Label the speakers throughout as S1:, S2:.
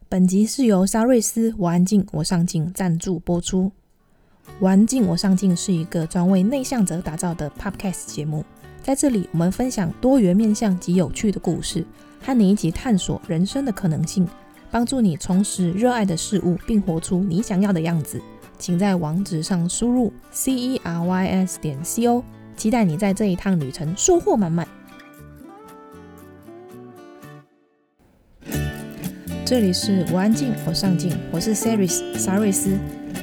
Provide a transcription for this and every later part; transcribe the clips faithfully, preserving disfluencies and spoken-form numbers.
S1: 本集是由沙瑞斯我安静我上镜赞助播出。我安静我上镜是一个专为内向者打造的 Podcast 节目，在这里我们分享多元面向及有趣的故事，和你一起探索人生的可能性，帮助你重拾热爱的事物，并活出你想要的样子。请在网址上输入 c e r y s 点 c o， 期待你在这一趟旅程收获满满。这里是我安静我上镜，我是 Saris 沙瑞斯。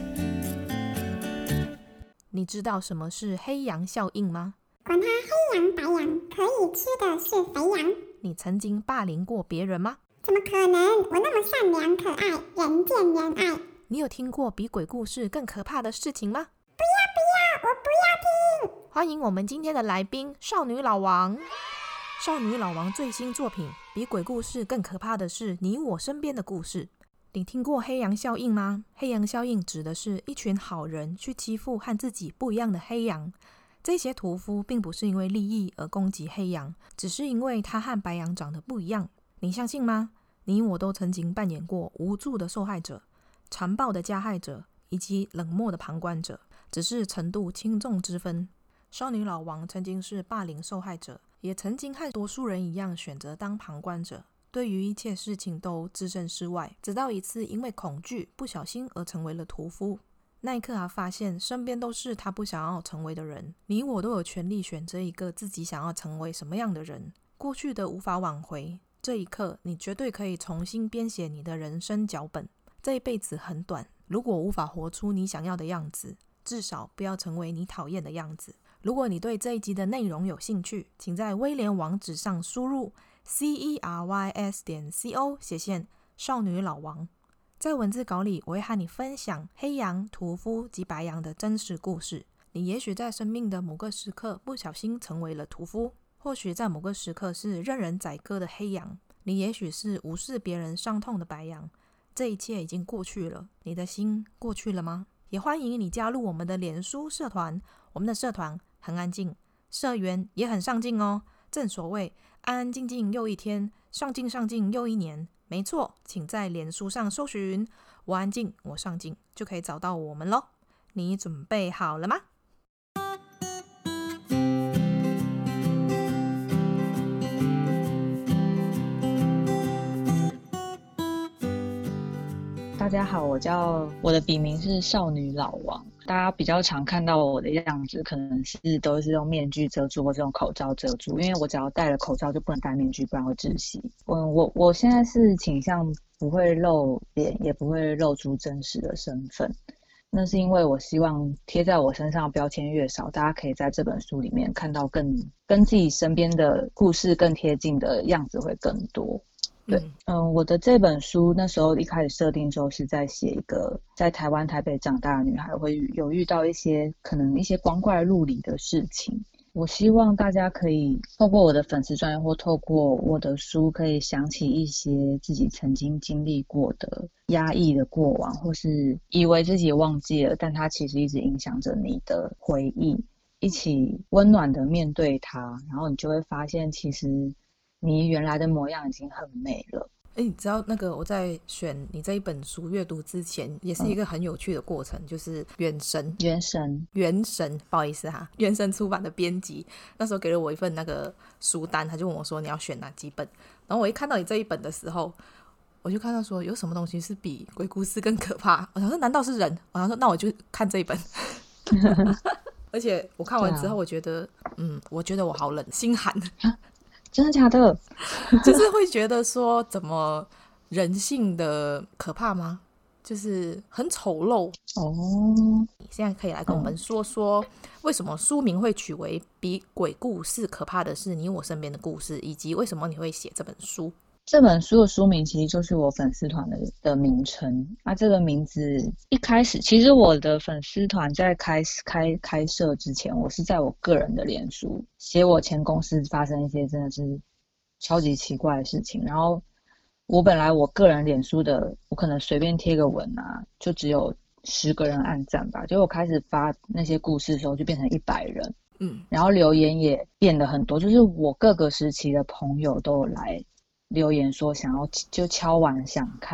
S1: 你知道什么是黑羊效应吗？
S2: 管它黑羊白羊，可以吃的是肥羊。
S1: 你曾经霸凌过别人吗？
S2: 怎么可能？我那么善良可爱，人见人爱。
S1: 你有听过比鬼故事更可怕的事情吗？
S2: 不要不要，我不要听。
S1: 欢迎我们今天的来宾少女老王。少女老王最新作品比鬼故事更可怕的是你我身边的故事。你听过黑羊效应吗？黑羊效应指的是一群好人去欺负和自己不一样的黑羊。这些屠夫并不是因为利益而攻击黑羊，只是因为他和白羊长得不一样。你相信吗？你我都曾经扮演过无助的受害者、残暴的加害者以及冷漠的旁观者，只是程度轻重之分。少女老王曾经是霸凌受害者，也曾经和多数人一样选择当旁观者，对于一切事情都置身事外，直到一次因为恐惧不小心而成为了屠夫。那一刻他发现身边都是他不想要成为的人，你我都有权利选择一个自己想要成为什么样的人。过去的无法挽回，这一刻你绝对可以重新编写你的人生脚本。这一辈子很短，如果无法活出你想要的样子，至少不要成为你讨厌的样子。如果你对这一集的内容有兴趣，请在威廉网址上输入 c e r y s 点 c o 斜线少女老王。在文字稿里，我会和你分享黑羊、屠夫及白羊的真实故事。你也许在生命的某个时刻不小心成为了屠夫，或许在某个时刻是任人宰割的黑羊，你也许是无视别人伤痛的白羊。这一切已经过去了，你的心过去了吗？也欢迎你加入我们的脸书社团，我们的社团很安静，社员也很上进哦。正所谓安安静静又一天，上进上进又一年。没错，请在脸书上搜寻我安静我上进，就可以找到我们咯。你准备好了吗？
S3: 大家好，我叫我的笔名是少女老王。大家比较常看到我的样子，可能是都是用面具遮住或者用口罩遮住，因为我只要戴了口罩就不能戴面具，不然会窒息。嗯，我我现在是倾向不会露脸，也不会露出真实的身份。那是因为我希望贴在我身上的标签越少，大家可以在这本书里面看到更跟自己身边的故事更贴近的样子会更多。对，嗯，我的这本书那时候一开始设定之后是在写一个在台湾台北长大的女孩会有遇到一些可能一些光怪陆离的事情。我希望大家可以透过我的粉丝专页或透过我的书，可以想起一些自己曾经经历过的压抑的过往，或是以为自己忘记了，但它其实一直影响着你的回忆，一起温暖的面对它，然后你就会发现其实你原来的模样已经很美了。
S1: 诶，你知道那个我在选你这一本书阅读之前，也是一个很有趣的过程，嗯、就是原神
S3: 原神
S1: 原神不好意思哈，原神出版的编辑那时候给了我一份那个书单，他就问我说你要选哪几本，然后我一看到你这一本的时候，我就看到说有什么东西是比鬼故事更可怕，我想说难道是人？我想说那我就看这一本而且我看完之后我觉得、啊、嗯，我觉得我好冷，心寒
S3: 真的假的？
S1: 就是会觉得说怎么人性的可怕吗？就是很丑陋
S3: 哦。
S1: 你现在可以来跟我们说说为什么书名会取为比鬼故事可怕的是你我身边的故事，以及为什么你会写这本书。
S3: 这本书的书名其实就是我粉丝团 的, 的名称啊。这个名字一开始，其实我的粉丝团在开开开设之前，我是在我个人的脸书写我前公司发生一些真的是超级奇怪的事情，然后我本来我个人脸书的，我可能随便贴个文啊，就只有十个人按赞吧，结果我开始发那些故事的时候就变成一百人，嗯，然后留言也变得很多，就是我各个时期的朋友都有来留言说想要就敲完想看，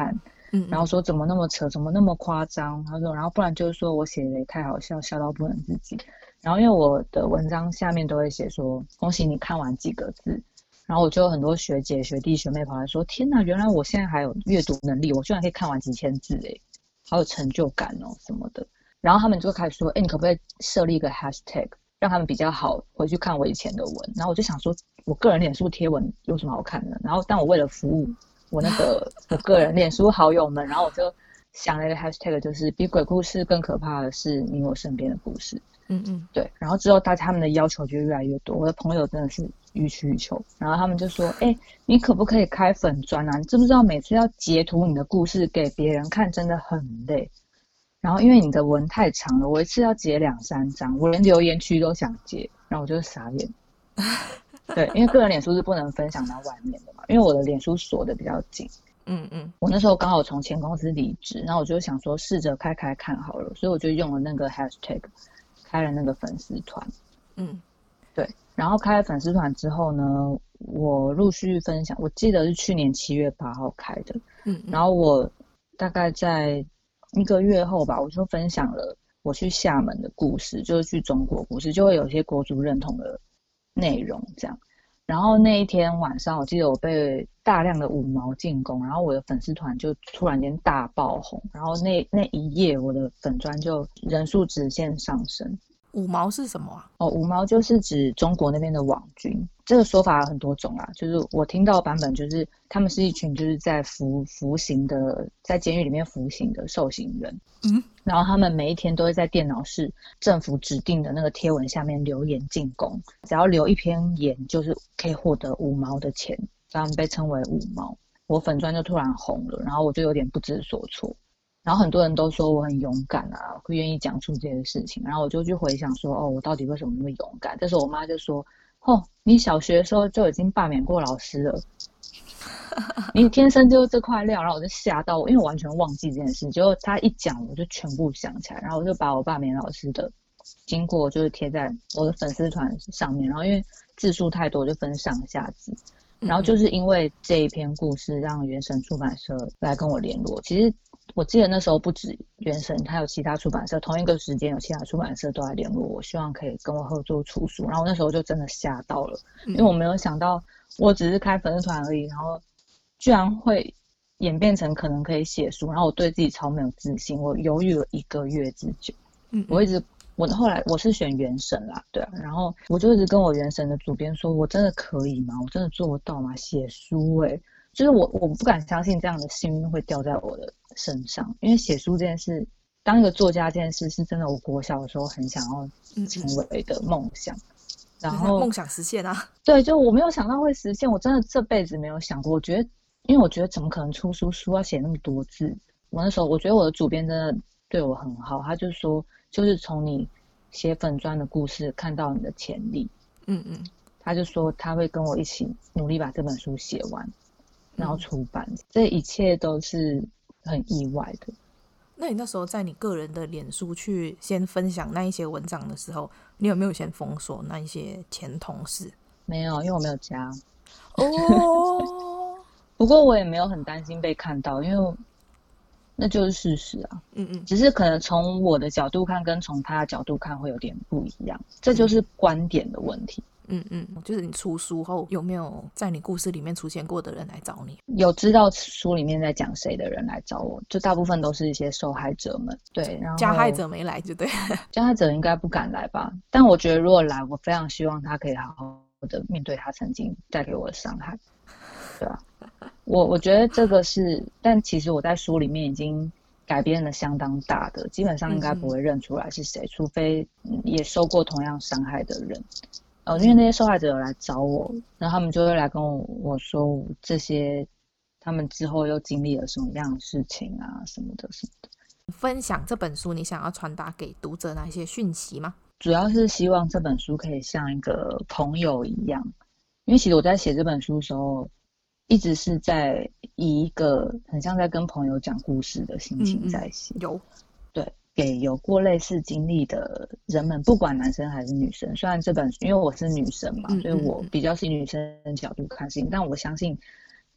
S1: 嗯，
S3: 然后说怎么那么扯，怎么那么夸张？他说，然后不然就是说我写的也太好笑，笑到不能自己。然后因为我的文章下面都会写说恭喜你看完几个字，然后我就有很多学姐、学弟、学妹跑来说，天哪，原来我现在还有阅读能力，我居然可以看完几千字诶，好有成就感哦什么的。然后他们就开始说，哎，你可不可以设立一个 hashtag， 让他们比较好回去看我以前的文？然后我就想说，我个人脸书贴文有什么好看的？然后但我为了服务我那个我个人脸书好友们，然后我就想了一个 hashtag， 就是比鬼故事更可怕的是你我身边的故事。
S1: 嗯嗯，
S3: 对。然后之后大家他们的要求就越来越多，我的朋友真的是予取予求，然后他们就说，哎，你可不可以开粉专啊？你知不知道每次要截图你的故事给别人看真的很累，然后因为你的文太长了，我一次要截两三张，我连留言区都想截，然后我就傻眼。对，因为个人脸书是不能分享到外面的嘛，因为我的脸书锁的比较紧。
S1: 嗯嗯，
S3: 我那时候刚好从前公司离职，然后我就想说试着开开看好了，所以我就用了那个 hashtag 开了那个粉丝团。
S1: 嗯，
S3: 对，然后开了粉丝团之后呢，我陆续分享，我记得是去年七月八号开的。
S1: 嗯，
S3: 然后我大概在一个月后吧，我就分享了我去厦门的故事，就是去中国故事，就会有一些国族认同的内容这样。然后那一天晚上，我记得我被大量的五毛进攻，然后我的粉丝团就突然间大爆红，然后那那一夜我的粉专就人数直线上升。
S1: 五毛是什么啊？
S3: 哦，五毛就是指中国那边的网军，这个说法有很多种啦。就是我听到的版本，就是他们是一群就是在服服刑的，在监狱里面服刑的受刑人。
S1: 嗯，
S3: 然后他们每一天都会在电脑室政府指定的那个贴文下面留言进攻，只要留一篇言，就是可以获得五毛的钱，他们被称为五毛。我粉专就突然红了，然后我就有点不知所措。然后很多人都说我很勇敢啊，会愿意讲出这些事情。然后我就去回想说，哦，我到底为什么那么勇敢？这时候我妈就说，哦，你小学的时候就已经罢免过老师了，你天生就是这块料。然后我就吓到我，因为我完全忘记这件事。结果她一讲，我就全部想起来。然后我就把我罢免老师的经过就是贴在我的粉丝团上面。然后因为字数太多，就分上下集。然后就是因为这一篇故事，让原神出版社来跟我联络。其实我记得那时候不止原神，还有其他出版社，同一个时间有其他出版社都来联络我，希望可以跟我合作出书。然后那时候就真的吓到了，因为我没有想到我只是开粉丝团而已，然后居然会演变成可能可以写书。然后我对自己超没有自信，我犹豫了一个月之久。嗯，我一直我后来我是选原神啦，对啊，然后我就一直跟我原神的主编说，我真的可以吗？我真的做得到吗？写书欸，就是我我不敢相信这样的幸运会掉在我的身上，因为写书这件事，当一个作家这件事是真的，我国小的时候很想要成为的梦想。然后
S1: 梦想实现啊，
S3: 对，就我没有想到会实现，我真的这辈子没有想过。我觉得，因为我觉得怎么可能出书书要写那么多字？我那时候我觉得我的主编真的对我很好，他就说，就是从你写粉专的故事看到你的潜力。嗯嗯，他就说他会跟我一起努力把这本书写完，然后出版。嗯，这一切都是很意外的。
S1: 那你那时候在你个人的脸书去先分享那一些文章的时候，你有没有先封锁那一些前同事？
S3: 没有，因为我没有加。
S1: 哦，
S3: 不过我也没有很担心被看到，因为那就是事实啊。嗯嗯，只是可能从我的角度看跟从他的角度看会有点不一样，这就是观点的问题。嗯
S1: 嗯，就是你出书后有没有在你故事里面出现过的人来找你？
S3: 有知道书里面在讲谁的人来找我，就大部分都是一些受害者们。对，然后
S1: 加害者没来就对。
S3: 加害者应该不敢来吧？但我觉得如果来，我非常希望他可以好好的面对他曾经带给我的伤害。对啊，我我觉得这个是，但其实我在书里面已经改编的相当大的，基本上应该不会认出来是谁，嗯、除非、嗯、也受过同样伤害的人。呃，因为那些受害者有来找我，然后他们就会来跟我我说这些他们之后又经历了什么样的事情啊，什么的什么的。
S1: 分享这本书，你想要传达给读者哪一些讯息吗？
S3: 主要是希望这本书可以像一个朋友一样，因为其实我在写这本书的时候，一直是在以一个很像在跟朋友讲故事的心情在写。嗯嗯，有，对。给有过类似经历的人们，不管男生还是女生，虽然这本因为我是女生嘛，嗯嗯嗯，所以我比较是以女生的角度看事情，但我相信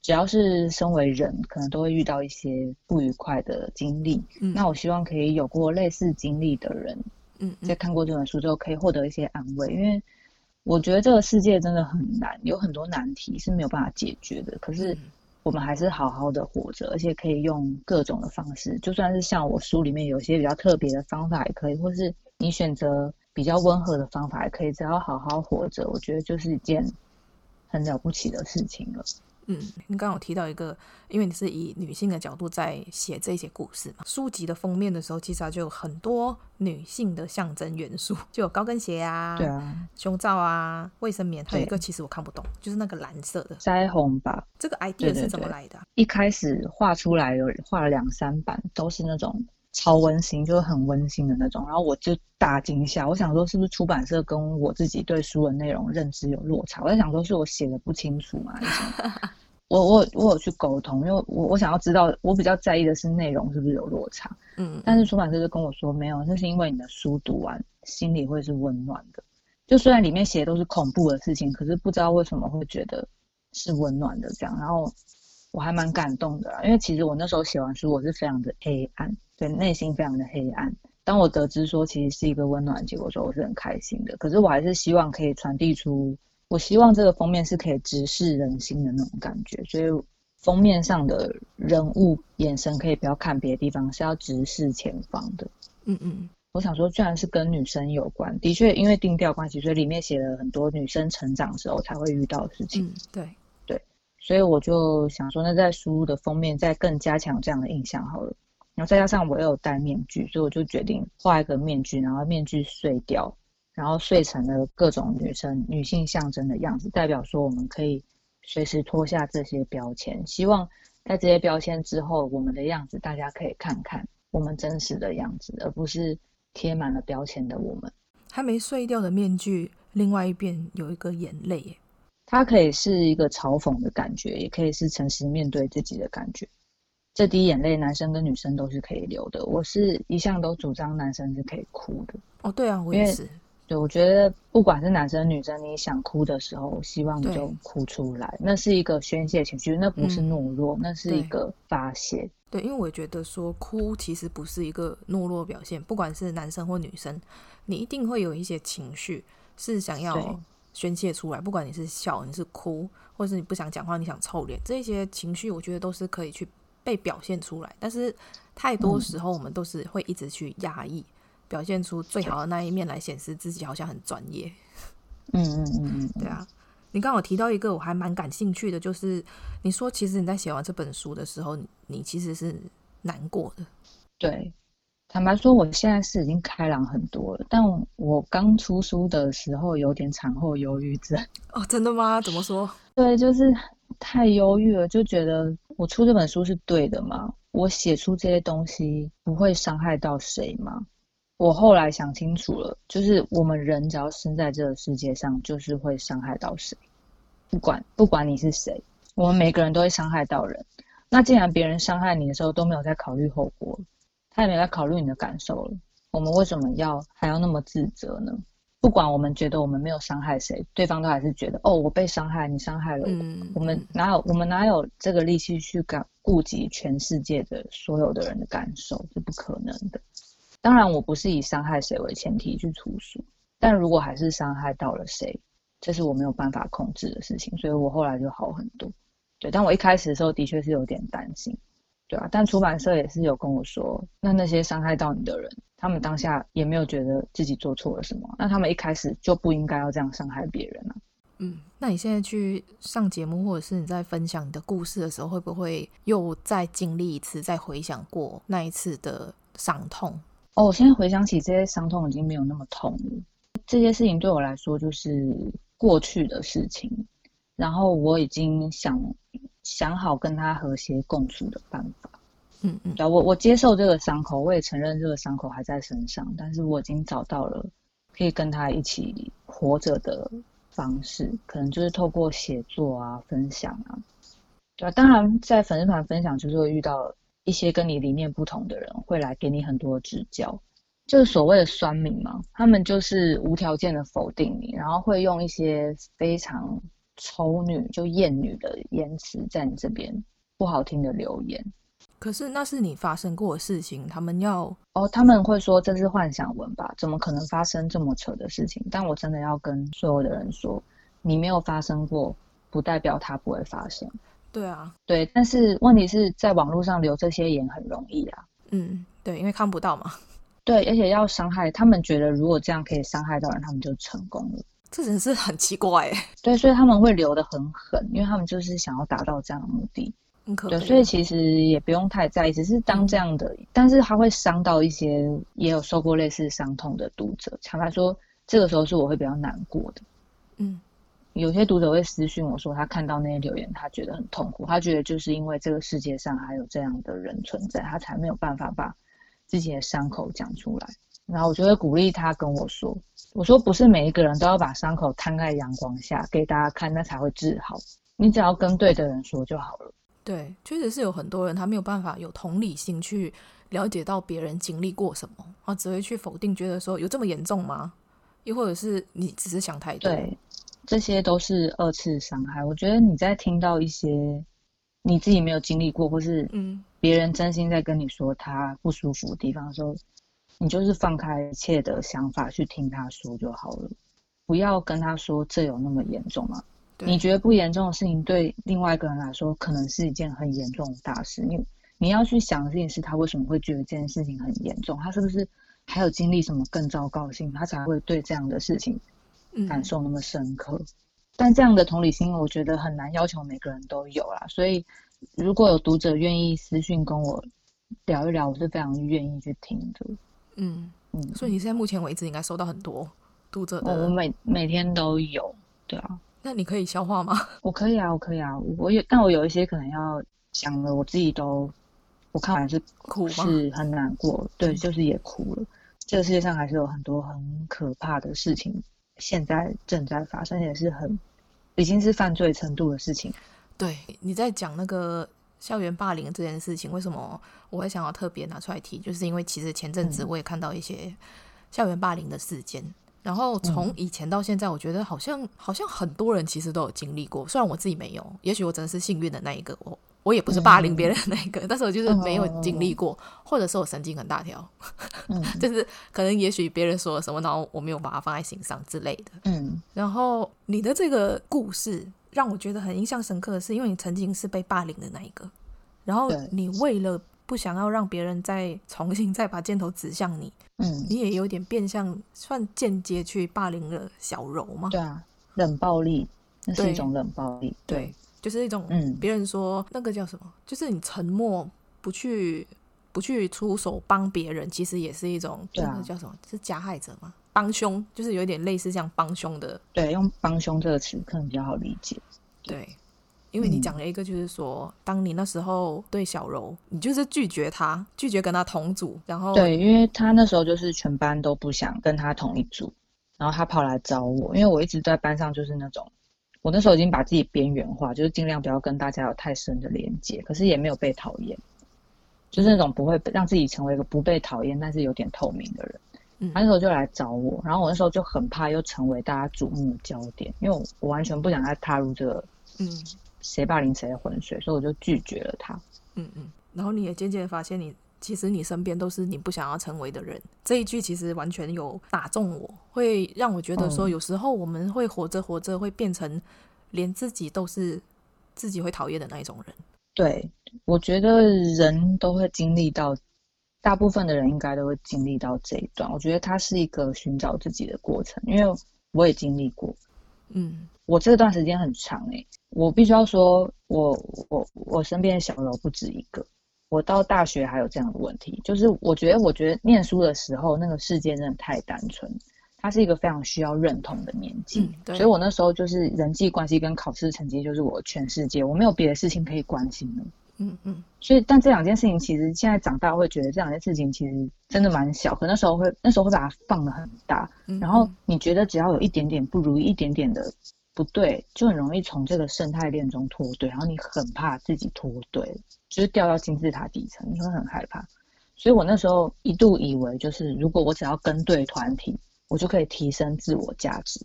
S3: 只要是身为人，可能都会遇到一些不愉快的经历。嗯，那我希望可以有过类似经历的人，嗯，在看过这本书之后，可以获得一些安慰。因为我觉得这个世界真的很难，有很多难题是没有办法解决的。可是我们还是好好的活着，而且可以用各种的方式，就算是像我书里面有些比较特别的方法也可以，或是你选择比较温和的方法也可以，只要好好活着，我觉得就是一件很了不起的事情了。
S1: 嗯，你刚刚有提到一个，因为你是以女性的角度在写这些故事嘛，书籍的封面的时候，其实就有很多女性的象征元素，就有高跟鞋啊，
S3: 对啊，
S1: 胸罩啊，卫生棉，还有一个其实我看不懂，就是那个蓝色的
S3: 腮红吧。
S1: 这个 idea 是怎么来的、啊、
S3: 对对对，一开始画出来有画了两三版，都是那种超温馨，就是很温馨的那种，然后我就大惊吓，我想说是不是出版社跟我自己对书的内容认知有落差，我在想说是我写的不清楚嘛我我我有去沟通，因为我我想要知道，我比较在意的是内容是不是有落差。嗯，但是出版社就跟我说没有，那是因为你的书读完心里会是温暖的。就虽然里面写的都是恐怖的事情，可是不知道为什么会觉得是温暖的这样。然后我还蛮感动的啦，因为其实我那时候写完书，我是非常的黑暗，对，内心非常的黑暗。当我得知说其实是一个温暖的结果的时候，我是很开心的。可是我还是希望可以传递出。我希望这个封面是可以直视人心的那种感觉，所以封面上的人物眼神可以不要看别的地方，是要直视前方的。嗯嗯，我想说，居然是跟女生有关，的确因为定调关系，所以里面写了很多女生成长的时候才会遇到的事情。嗯，
S1: 对
S3: 对，所以我就想说，那在书的封面再更加强这样的印象好了。然后再加上我又有戴面具，所以我就决定画一个面具，然后面具碎掉。然后碎成了各种女生女性象征的样子，代表说我们可以随时脱下这些标签，希望在这些标签之后，我们的样子大家可以看看我们真实的样子，而不是贴满了标签的我们。
S1: 还没碎掉的面具另外一边有一个眼泪耶，
S3: 它可以是一个嘲讽的感觉，也可以是诚实面对自己的感觉。这滴眼泪男生跟女生都是可以流的，我是一向都主张男生是可以哭的。
S1: 哦，对啊，我也是。
S3: 对，我觉得不管是男生女生，你想哭的时候，希望你就哭出来，那是一个宣泄情绪，那不是懦弱、嗯、那是一个发泄。
S1: 对，因为我觉得说哭其实不是一个懦弱表现，不管是男生或女生，你一定会有一些情绪是想要宣泄出来，不管你是笑你是哭，或是你不想讲话你想臭脸，这些情绪我觉得都是可以去被表现出来，但是太多时候我们都是会一直去压抑、嗯表现出最好的那一面来显示自己好像很专业。
S3: 嗯嗯嗯嗯，
S1: 对啊。你刚刚有提到一个我还蛮感兴趣的，就是你说其实你在写完这本书的时候，你其实是难过的。
S3: 对，坦白说我现在是已经开朗很多了，但我刚出书的时候有点产后忧郁症。
S1: 哦，真的吗？怎么说？
S3: 对，就是太忧郁了，就觉得我出这本书是对的吗？我写出这些东西不会伤害到谁吗？我后来想清楚了，就是我们人只要生在这个世界上，就是会伤害到谁，不管不管你是谁，我们每个人都会伤害到人。那既然别人伤害你的时候都没有在考虑后果，他也没有在考虑你的感受了，我们为什么要还要那么自责呢？不管我们觉得我们没有伤害谁，对方都还是觉得哦，我被伤害，你伤害了我。嗯、我们哪有我们哪有这个力气去顾及全世界的所有的人的感受，是不可能的。当然我不是以伤害谁为前提去出书，但如果还是伤害到了谁，这是我没有办法控制的事情，所以我后来就好很多。对，但我一开始的时候的确是有点担心，对啊，但出版社也是有跟我说，那那些伤害到你的人，他们当下也没有觉得自己做错了什么，那他们一开始就不应该要这样伤害别人啊。
S1: 嗯，那你现在去上节目或者是你在分享你的故事的时候，会不会又再经历一次，再回想过那一次的伤痛？
S3: 哦，我现在回想起这些伤痛已经没有那么痛了，这些事情对我来说就是过去的事情，然后我已经想想好跟他和谐共处的办法。嗯嗯，对，我我接受这个伤口，我也承认这个伤口还在身上，但是我已经找到了可以跟他一起活着的方式，可能就是透过写作啊、分享啊。对啊，当然在粉丝团分享就是会遇到一些跟你理念不同的人，会来给你很多指教，就是所谓的酸民嘛，他们就是无条件的否定你，然后会用一些非常丑女就厌女的言辞在你这边，不好听的留言。
S1: 可是那是你发生过的事情，他们要
S3: 哦，他们会说这是幻想文吧，怎么可能发生这么扯的事情？但我真的要跟所有的人说，你没有发生过不代表它不会发生。
S1: 对啊，
S3: 对，但是问题是在网络上留这些言很容易啊。
S1: 嗯，对，因为看不到嘛。
S3: 对，而且要伤害他们，觉得如果这样可以伤害到人，他们就成功了。
S1: 这真是很奇怪耶。
S3: 对，所以他们会留得很狠，因为他们就是想要达到这样的目的。
S1: 很可
S3: 对，所以其实也不用太在意，只是当这样的，嗯、但是他会伤到一些也有受过类似伤痛的读者。坦白说，这个时候是我会比较难过的。
S1: 嗯，
S3: 有些读者会私讯我说，他看到那些留言，他觉得很痛苦，他觉得就是因为这个世界上还有这样的人存在，他才没有办法把自己的伤口讲出来。然后我就会鼓励他跟我说，我说不是每一个人都要把伤口摊在阳光下给大家看，那才会治好。你只要跟对的人说就好了。
S1: 对，确实是有很多人他没有办法有同理心去了解到别人经历过什么，啊，只会去否定，觉得说有这么严重吗？又或者是你只是想太多。
S3: 对，这些都是二次伤害。我觉得你在听到一些你自己没有经历过，或是别人真心在跟你说他不舒服的地方的时候，你就是放开一切的想法去听他说就好了，不要跟他说这有那么严重吗？你觉得不严重的事情，对另外一个人来说可能是一件很严重的大事。你你要去想这件事，他为什么会觉得这件事情很严重？他是不是还有经历什么更糟糕的事情，他才会对这样的事情感受那么深刻？嗯、但这样的同理心，我觉得很难要求每个人都有啦。所以，如果有读者愿意私讯跟我聊一聊，我是非常愿意去听的。嗯
S1: 嗯，所以你现在目前为止应该收到很多读者的，
S3: 哦、我每每天都有，对啊。
S1: 那你可以消化吗？
S3: 我可以啊，我可以啊，我有，但我有一些可能要讲了，我自己都我看完是
S1: 哭吗？
S3: 是很难过，对，就是也哭了。这个世界上还是有很多很可怕的事情，现在正在发生，也是很已经是犯罪程度的事情。
S1: 对，你在讲那个校园霸凌这件事情，为什么我会想要特别拿出来提？就是因为其实前阵子我也看到一些校园霸凌的事件。嗯，然后从以前到现在，我觉得好像好像很多人其实都有经历过，虽然我自己没有，也许我真的是幸运的那一个，我我也不是霸凌别人的那一个，嗯、但是我就是没有经历过，嗯、或者是我神经很大条，嗯、就是可能也许别人说了什么，然后我没有把它放在心上之类的。嗯，然后你的这个故事让我觉得很印象深刻的是，因为你曾经是被霸凌的那一个，然后你为了不想要让别人再重新再把箭头指向你，嗯，你也有点变相算间接去霸凌了小柔吗？
S3: 对啊，冷暴力，那是一种冷暴力。 对,
S1: 对，就是一种嗯，别人说那个叫什么，就是你沉默不去不去出手帮别人，其实也是一种，对啊，那个叫什么，是加害者吗？帮凶，就是有点类似像帮凶的。
S3: 对，用帮凶这个词可能比较好理解。
S1: 对，因为你讲了一个就是说、嗯、当你那时候对小柔，你就是拒绝他，拒绝跟他同组，然后
S3: 对，因为他那时候就是全班都不想跟他同一组，然后他跑来找我，因为我一直在班上就是那种，我那时候已经把自己边缘化，就是尽量不要跟大家有太深的连接，可是也没有被讨厌，就是那种不会让自己成为一个不被讨厌但是有点透明的人。他那时候就来找我，然后我那时候就很怕又成为大家瞩目的焦点，因为 我, 我完全不想再踏入这个嗯谁霸凌谁的浑水，所以我就拒绝了他。
S1: 嗯嗯，然后你也渐渐发现你其实你身边都是你不想要成为的人，这一句其实完全有打中我，会让我觉得说有时候我们会活着活着会变成连自己都是自己会讨厌的那一种人。
S3: 对，我觉得人都会经历到，大部分的人应该都会经历到这一段，我觉得它是一个寻找自己的过程，因为我也经历过。嗯，我这段时间很长诶、欸，我必须要说我我我身边的小柔不止一个，我到大学还有这样的问题，就是我觉得我觉得念书的时候那个世界真的太单纯，它是一个非常需要认同的年纪、嗯、所以我那时候就是人际关系跟考试成绩就是我全世界，我没有别的事情可以关心了。嗯嗯，所以但这两件事情其实现在长大会觉得这两件事情其实真的蛮小，可那时候会那时候会把它放得很大、嗯、然后你觉得只要有一点点不如意，一点点的不对，就很容易从这个生态链中脱队，然后你很怕自己脱队，就是掉到金字塔底层，你会很害怕。所以我那时候一度以为就是如果我只要跟对团体我就可以提升自我价值，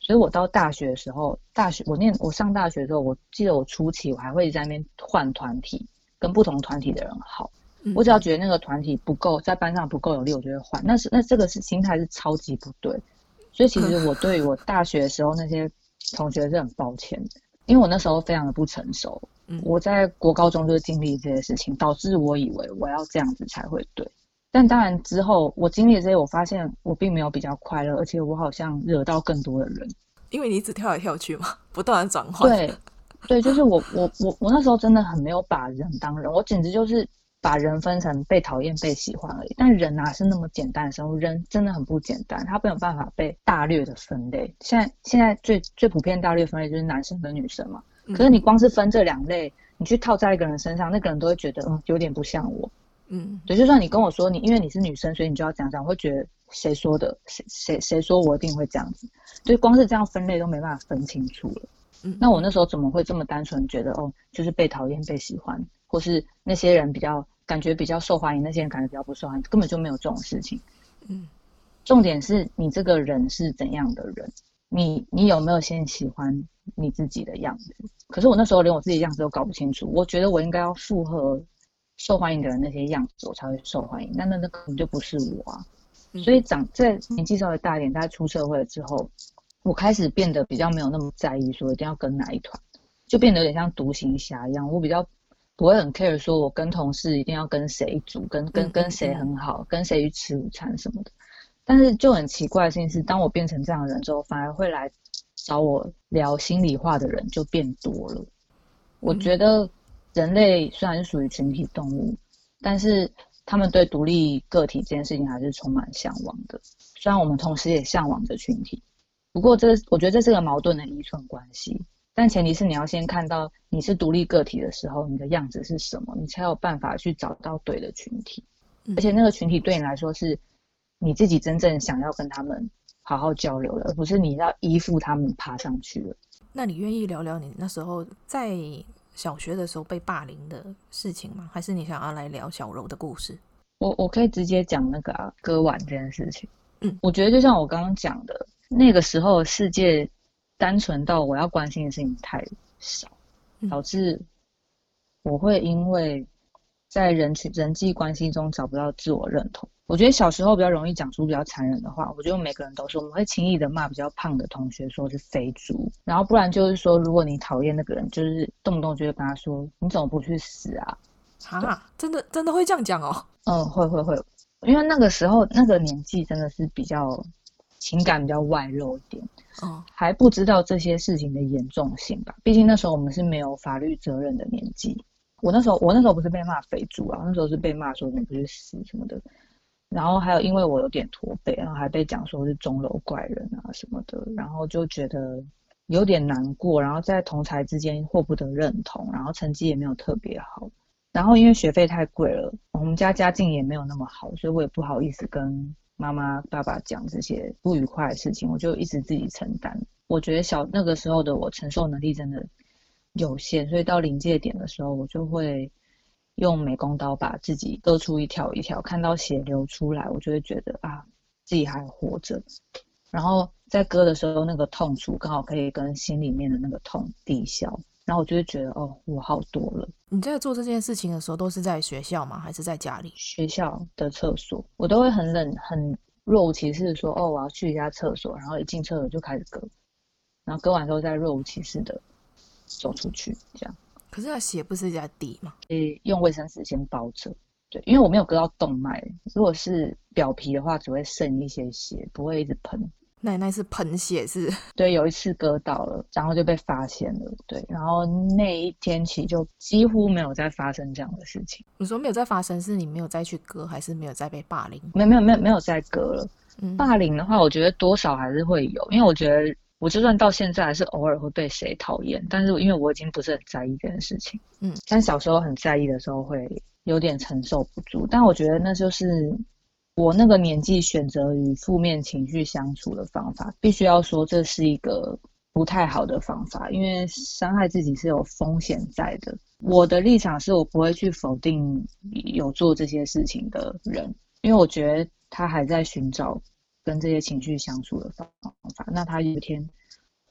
S3: 所以我到大学的时候，大学我念我上大学的时候，我记得我初期我还会在那边换团体，跟不同团体的人好。
S1: 嗯
S3: 我只要觉得那个团体不够，在班上不够有力，我就会换。那是那这个是心态是超级不对。所以其实我对于我大学的时候那些同学是很抱歉的，因为我那时候非常的不成熟。
S1: 嗯，
S3: 我在国高中就是经历这些事情，导致我以为我要这样子才会对。但当然之后我经历了这些，我发现我并没有比较快乐，而且我好像惹到更多的人。
S1: 因为你一直跳来跳去嘛，不断的转换。
S3: 对，对，就是我我我我那时候真的很没有把人当人，我简直就是把人分成被讨厌、被喜欢而已。但人哪是那么简单的生物？人真的很不简单，他没有办法被大略的分类。现在现在最最普遍大略分类就是男生跟女生嘛。可是你光是分这两类，你去套在一个人身上，那个人都会觉得嗯有点不像我。嗯，对，就算你跟我说你因为你是女生，所以你就要这样讲，我会觉得谁说的？谁谁谁说我一定会这样子？所以光是这样分类都没办法分清楚了。嗯，那我那时候怎么会这么单纯觉得哦，就是被讨厌、被喜欢，或是那些人比较感觉比较受欢迎，那些人感觉比较不受欢迎，根本就没有这种事情。嗯，重点是你这个人是怎样的人，你你有没有先喜欢你自己的样子？可是我那时候连我自己的样子都搞不清楚，我觉得我应该要符合受欢迎的人那些样子，我才会受欢迎。但那那根本就不是我啊！所以长在年纪稍微大一点，大概出社会了之后，我开始变得比较没有那么在意说一定要跟哪一团，就变得有点像独行侠一样。我比较不会很 care 说我跟同事一定要跟谁组，跟跟跟谁很好，跟谁去吃午餐什么的。但是就很奇怪的事情是，当我变成这样的人之后，反而会来找我聊心里话的人就变多了。我觉得人类虽然是属于群体动物，但是他们对独立个体这件事情还是充满向往的。虽然我们同时也向往着群体，不过这我觉得这是个矛盾的依存关系。但前提是你要先看到你是独立个体的时候，你的样子是什么，你才有办法去找到对的群体。而且那个群体对你来说是你自己真正想要跟他们好好交流的，而不是你要依附他们爬上去了。
S1: 那你愿意聊聊你那时候在小学的时候被霸凌的事情吗？还是你想要来聊小柔的故事？
S3: 我我可以直接讲那个啊，割腕这件事情。嗯，我觉得就像我刚刚讲的，那个时候世界单纯到我要关心的事情太少，导致我会因为在人人际关系中找不到自我认同。我觉得小时候比较容易讲出比较残忍的话，我觉得每个人都是，我们会轻易的骂比较胖的同学说是肥猪，然后不然就是说如果你讨厌那个人，就是动不动就会跟他说你怎么不去死啊？
S1: 啊，真的真的会这样讲哦？
S3: 嗯，会会会，因为那个时候那个年纪真的是比较情感比较外露一点，哦，还不知道这些事情的严重性吧。毕竟那时候我们是没有法律责任的年纪。我那时候我那时候不是被骂肥猪啊，那时候是被骂说你不去死什么的。然后还有因为我有点驼背，然后还被讲说是钟楼怪人啊什么的，然后就觉得有点难过，然后在同侪之间获不得认同，然后成绩也没有特别好。然后因为学费太贵了，我们家家境也没有那么好，所以我也不好意思跟妈妈爸爸讲这些不愉快的事情，我就一直自己承担。我觉得小那个时候的我承受能力真的有限，所以到临界点的时候，我就会用美工刀把自己割出一条一条，看到血流出来，我就会觉得啊，自己还活着。然后在割的时候，那个痛楚刚好可以跟心里面的那个痛抵消。然后我就会觉得哦，我好多了。
S1: 你在做这件事情的时候都是在学校吗？还是在家里？
S3: 学校的厕所，我都会很冷很若无其事的说哦，我要去一下厕所，然后一进厕所就开始割，然后割完之后再若无其事的走出去，这样。
S1: 可是它血不是在滴吗？
S3: 用卫生纸先包着，对，因为我没有割到动脉，如果是表皮的话只会渗一些血，不会一直喷。
S1: 奶奶是喷血是？
S3: 对，有一次割到了，然后就被发现了，对，然后那一天起就几乎没有再发生这样的事情。
S1: 你说没有再发生，是你没有再去割，还是没有再被霸凌？
S3: 没有没有没有没有再割了。嗯，霸凌的话，我觉得多少还是会有，因为我觉得我就算到现在还是偶尔会被谁讨厌，但是因为我已经不是很在意这件事情。嗯，但小时候很在意的时候会有点承受不住，但我觉得那就是我那个年纪选择与负面情绪相处的方法。必须要说这是一个不太好的方法，因为伤害自己是有风险在的。我的立场是我不会去否定有做这些事情的人，因为我觉得他还在寻找跟这些情绪相处的方法。那他有一天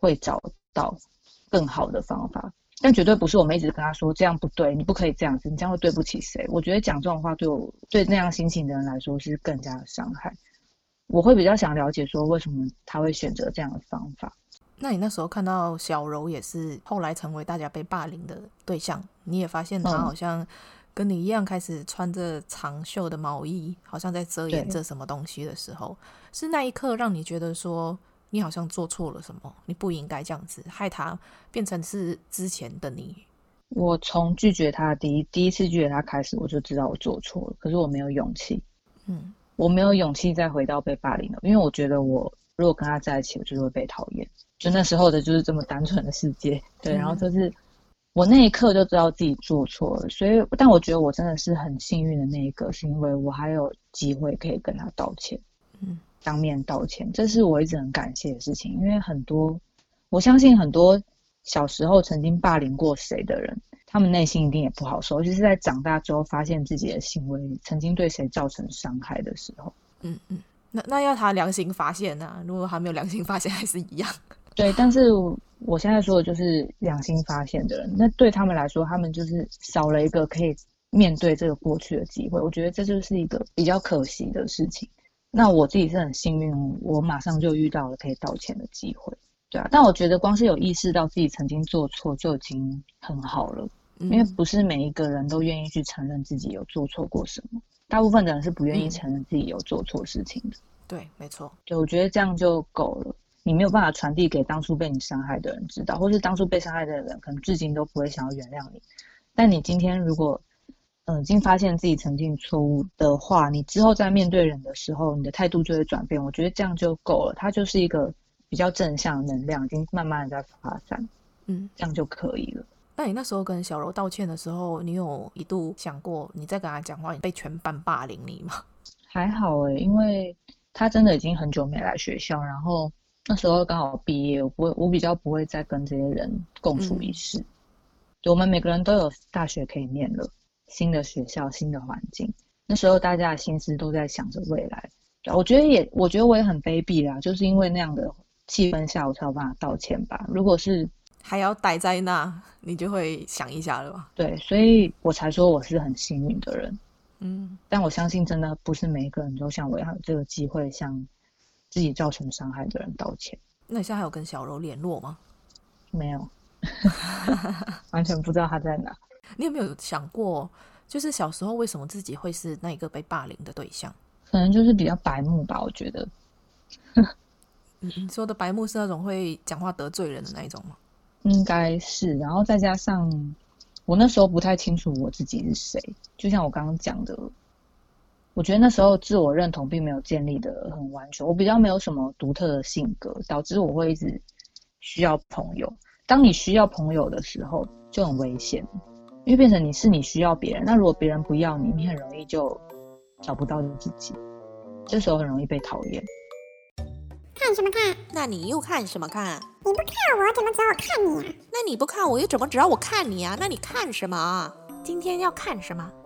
S3: 会找到更好的方法，但绝对不是我们一直跟他说这样不对，你不可以这样子，你这样会对不起谁。我觉得讲这种话对我对那样心情的人来说是更加的伤害。我会比较想了解说为什么他会选择这样的方法。
S1: 那你那时候看到小柔也是后来成为大家被霸凌的对象，你也发现他好像跟你一样开始穿着长袖的毛衣，好像在遮掩着什么东西的时候，是那一刻让你觉得说你好像做错了什么，你不应该这样子，害他变成是之前的你？
S3: 我从拒绝他第一第一次拒绝他开始，我就知道我做错了，可是我没有勇气，嗯，我没有勇气再回到被霸凌了，因为我觉得我如果跟他在一起，我就是会被讨厌。就那时候的就是这么单纯的世界，对，然后就是我那一刻就知道自己做错了，所以，但我觉得我真的是很幸运的那一个，是因为我还有机会可以跟他道歉，嗯，当面道歉，这是我一直很感谢的事情。因为很多，我相信很多小时候曾经霸凌过谁的人，他们内心一定也不好受，尤其是在长大之后发现自己的行为曾经对谁造成伤害的时候，
S1: 嗯嗯。那, 那要他良心发现啊，如果他没有良心发现还是一样。
S3: 对，但是我现在说的就是良心发现的人，那对他们来说，他们就是少了一个可以面对这个过去的机会，我觉得这就是一个比较可惜的事情。那我自己是很幸运，我马上就遇到了可以道歉的机会，对啊，但我觉得光是有意识到自己曾经做错就已经很好了，因为不是每一个人都愿意去承认自己有做错过什么，大部分的人是不愿意承认自己有做错事情的。
S1: 嗯、对，没错。
S3: 对，我觉得这样就够了。你没有办法传递给当初被你伤害的人知道，或是当初被伤害的人可能至今都不会想要原谅你。但你今天如果嗯、呃、已经发现自己曾经错误的话，你之后在面对人的时候，你的态度就会转变。我觉得这样就够了，它就是一个比较正向的能量，已经慢慢的在发散，嗯，这样就可以了。
S1: 那你那时候跟小柔道歉的时候，你有一度想过你在跟他讲话，你被全班霸凌你吗？
S3: 还好欸，因为他真的已经很久没来学校，然后那时候刚好毕业，我不会，我比较不会再跟这些人共处一室。嗯、我们每个人都有大学可以念了，新的学校、新的环境。那时候大家的心思都在想着未来。我觉得也，我觉得我也很卑鄙啦，就是因为那样的气氛下，我才有办法道歉吧。如果是
S1: 还要待在那，你就会想一下了吧？
S3: 对，所以我才说我是很幸运的人。嗯，但我相信真的不是每一个人都像我一样有这个机会向自己造成伤害的人道歉。
S1: 那你现在还有跟小柔联络吗？
S3: 没有。完全不知道他在哪。
S1: 你有没有想过就是小时候为什么自己会是那个被霸凌的对象？
S3: 可能就是比较白目吧，我觉得。
S1: 你说的白目是那种会讲话得罪人的那一种吗？
S3: 应该是，然后再加上我那时候不太清楚我自己是谁，就像我刚刚讲的，我觉得那时候自我认同并没有建立得很完全，我比较没有什么独特的性格，导致我会一直需要朋友。当你需要朋友的时候就很危险，因为变成你是你需要别人，那如果别人不要你，你很容易就找不到自己，这时候很容易被讨厌。
S2: 看什么看？
S1: 那你又看什么看？
S2: 你不看我怎么知道我看你啊？
S1: 那你不看我又怎么知道我看你啊？那你看什么？今天要看什么？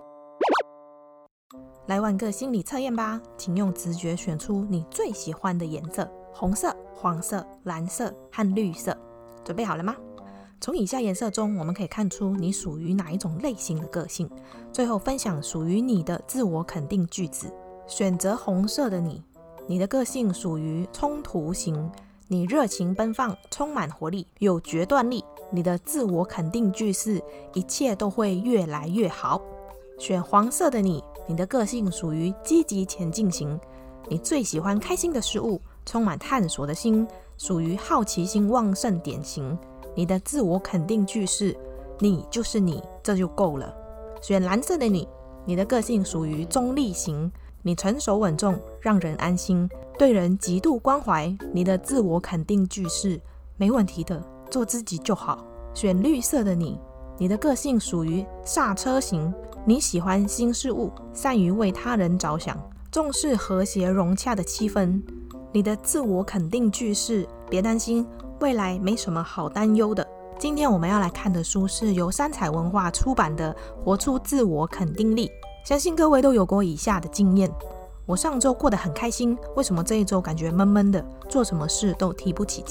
S1: 来玩个心理测验吧，请用直觉选出你最喜欢的颜色，红色、黄色、蓝色和绿色。准备好了吗？从以下颜色中，我们可以看出你属于哪一种类型的个性。最后分享属于你的自我肯定句子。选择红色的你，你的个性属于冲突型，你热情奔放，充满活力，有决断力。你的自我肯定句是一切都会越来越好。选黄色的你，你的个性属于积极前进型，你最喜欢开心的事物，充满探索的心，属于好奇心旺盛典型。你的自我肯定句是你就是你，这就够了。选蓝色的你，你的个性属于中立型，你成熟稳重，让人安心，对人极度关怀。你的自我肯定句是没问题的，做自己就好。选绿色的你，你的个性属于刹车型，你喜欢新事物，善于为他人着想，重视和谐融洽的气氛。你的自我肯定句是别担心，未来没什么好担忧的。今天我们要来看的书是由三彩文化出版的《活出自我肯定力》。相信各位都有过以下的经验：我上周过得很开心，为什么这一周感觉闷闷的，做什么事都提不起劲？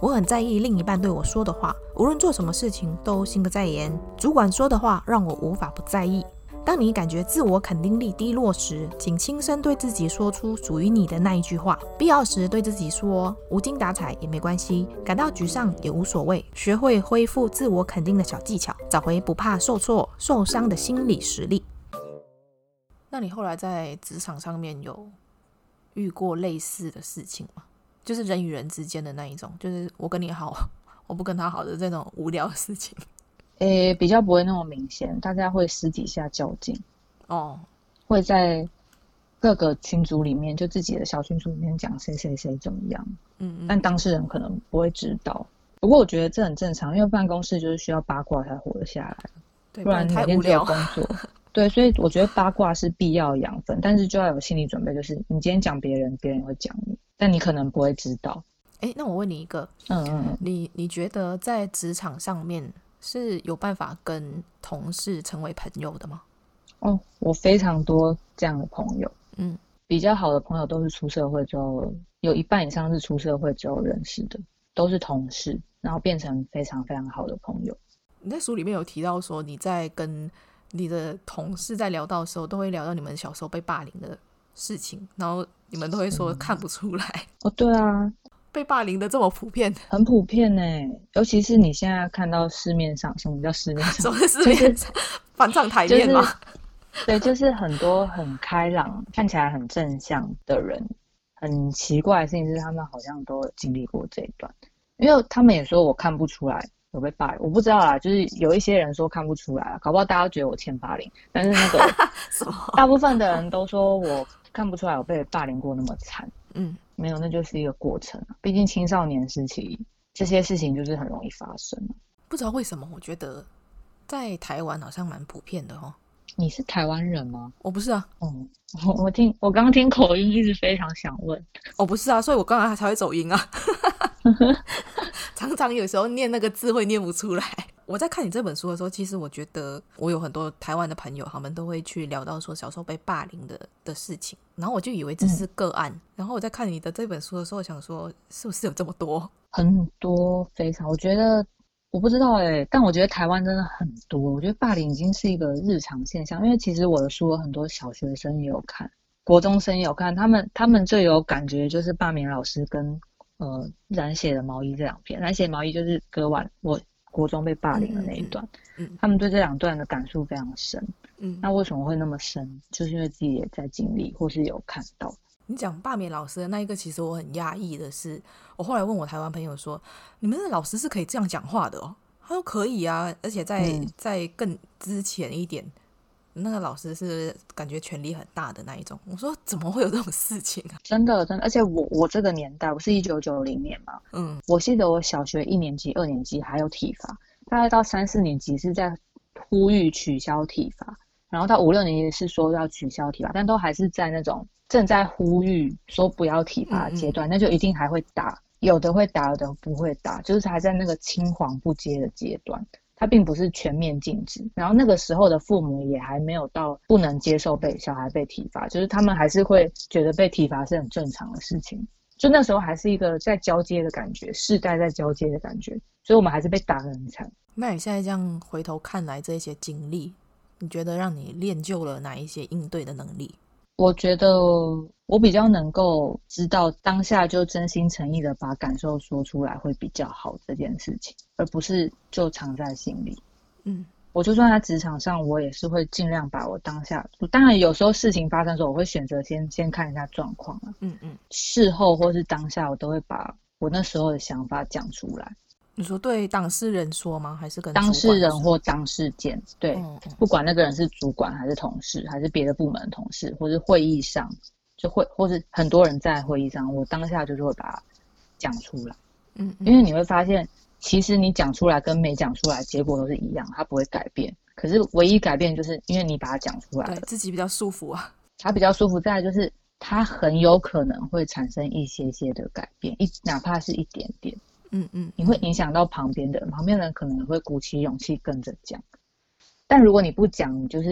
S1: 我很在意另一半对我说的话，无论做什么事情都心不在焉。主管说的话让我无法不在意。当你感觉自我肯定力低落时，请轻声对自己说出属于你的那一句话。必要时对自己说，无精打采也没关系，感到沮丧也无所谓。学会恢复自我肯定的小技巧，找回不怕受挫、受伤的心理实力。那你后来在职场上面有遇过类似的事情吗？就是人与人之间的那一种，就是我跟你好，我不跟他好的这种无聊的事情。
S3: 诶，比较不会那么明显，大家会私底下较劲
S1: 哦，
S3: 会在各个群组里面，就自己的小群组里面讲谁谁谁怎么样，
S1: 嗯嗯，
S3: 但当事人可能不会知道。不过我觉得这很正常，因为办公室就是需要八卦才活得下来，
S1: 对，
S3: 不然每天只有工作。对，所以我觉得八卦是必要养分，但是就要有心理准备，就是你今天讲别人，别人会讲你，但你可能不会知道。
S1: 哎，那我问你一个，
S3: 嗯嗯，
S1: 你你觉得在职场上面是有办法跟同事成为朋友的吗？
S3: 哦，我非常多这样的朋友，
S1: 嗯，
S3: 比较好的朋友都是出社会之后，有一半以上是出社会之后认识的，都是同事，然后变成非常非常好的朋友。
S1: 你在书里面有提到说，你在跟你的同事在聊到的时候，都会聊到你们小时候被霸凌的事情，然后你们都会说看不出来。
S3: 嗯、哦，对啊，
S1: 被霸凌的这么普遍，
S3: 很普遍耶，尤其是你现在看到市面上，什么叫市面上？
S1: 什么市面上？翻上台面吗？
S3: 就是、对，就是很多很开朗、看起来很正向的人，很奇怪的事情是，他们好像都有经历过这一段，因为他们也说我看不出来有被霸凌，我不知道啦，就是有一些人说看不出来，搞不好大家觉得我欠霸凌，但是那个大部分的人都说我看不出来有被霸凌过那么惨。嗯，没有，那就是一个过程啊。毕竟青少年时期这些事情就是很容易发生。
S1: 不知道为什么，我觉得在台湾好像蛮普遍的哦。
S3: 你是台湾人吗？
S1: 我不是啊。
S3: 嗯，我我听我刚刚听口音，一直非常想问。
S1: 我不是啊，所以我刚刚才会走音啊。常常有时候念那个字会念不出来。我在看你这本书的时候，其实我觉得我有很多台湾的朋友，他们都会去聊到说小时候被霸凌的的事情，然后我就以为这是个案、嗯、然后我在看你的这本书的时候，想说是不是有这么多？
S3: 很多，非常，我觉得我不知道耶、欸、但我觉得台湾真的很多，我觉得霸凌已经是一个日常现象，因为其实我的书有很多小学生也有看，国中生也有看，他们他们最有感觉就是罢免老师跟呃染血的毛衣这两篇，染血毛衣就是割腕我国中被霸凌的那一段、嗯嗯、他们对这两段的感触非常深。嗯，那为什么会那么深？就是因为自己也在经历或是有看到。
S1: 你讲罢免老师的那一个，其实我很压抑的是，我后来问我台湾朋友说，你们的老师是可以这样讲话的哦？他说可以啊，而且在、嗯、在更之前一点，那个老师是感觉权力很大的那一种。我说怎么会有这种事情啊？
S3: 真的真的，而且我我这个年代，我是一九九零年嘛，嗯，我记得我小学一年级、二年级还有体罚，大概到三四年级是在呼吁取消体罚，然后到五六年级是说要取消体罚，但都还是在那种正在呼吁说不要体罚的阶段、嗯嗯，那就一定还会打，有的会打，有的不会打，就是还在那个青黄不接的阶段。它并不是全面禁止，然后那个时候的父母也还没有到不能接受被小孩被体罚，就是他们还是会觉得被体罚是很正常的事情，就那时候还是一个在交接的感觉，世代在交接的感觉，所以我们还是被打得很惨。
S1: 那你现在这样回头看来这些经历，你觉得让你练就了哪一些应对的能力？
S3: 我觉得我比较能够知道当下就真心诚意的把感受说出来会比较好这件事情，而不是就藏在心里。嗯，我就算在职场上，我也是会尽量把我当下，当然有时候事情发生的时候，我会选择先先看一下状况啊。嗯嗯，事后或是当下，我都会把我那时候的想法讲出来。
S1: 你说对当事人说吗？还是跟主管
S3: 当事人或当事件？对、嗯嗯，不管那个人是主管还是同事，还是别的部门的同事，或是会议上，就会或是很多人在会议上，我当下就是会把它讲出来。嗯, 嗯，因为你会发现，其实你讲出来跟没讲出来，结果都是一样，它不会改变。可是唯一改变就是因为你把它讲出来了，
S1: 对自己比较舒服啊。
S3: 它比较舒服，再来就是它很有可能会产生一些些的改变，一哪怕是一点点。嗯嗯，你会影响到旁边的人，旁边的人可能会鼓起勇气跟着讲。但如果你不讲，你就是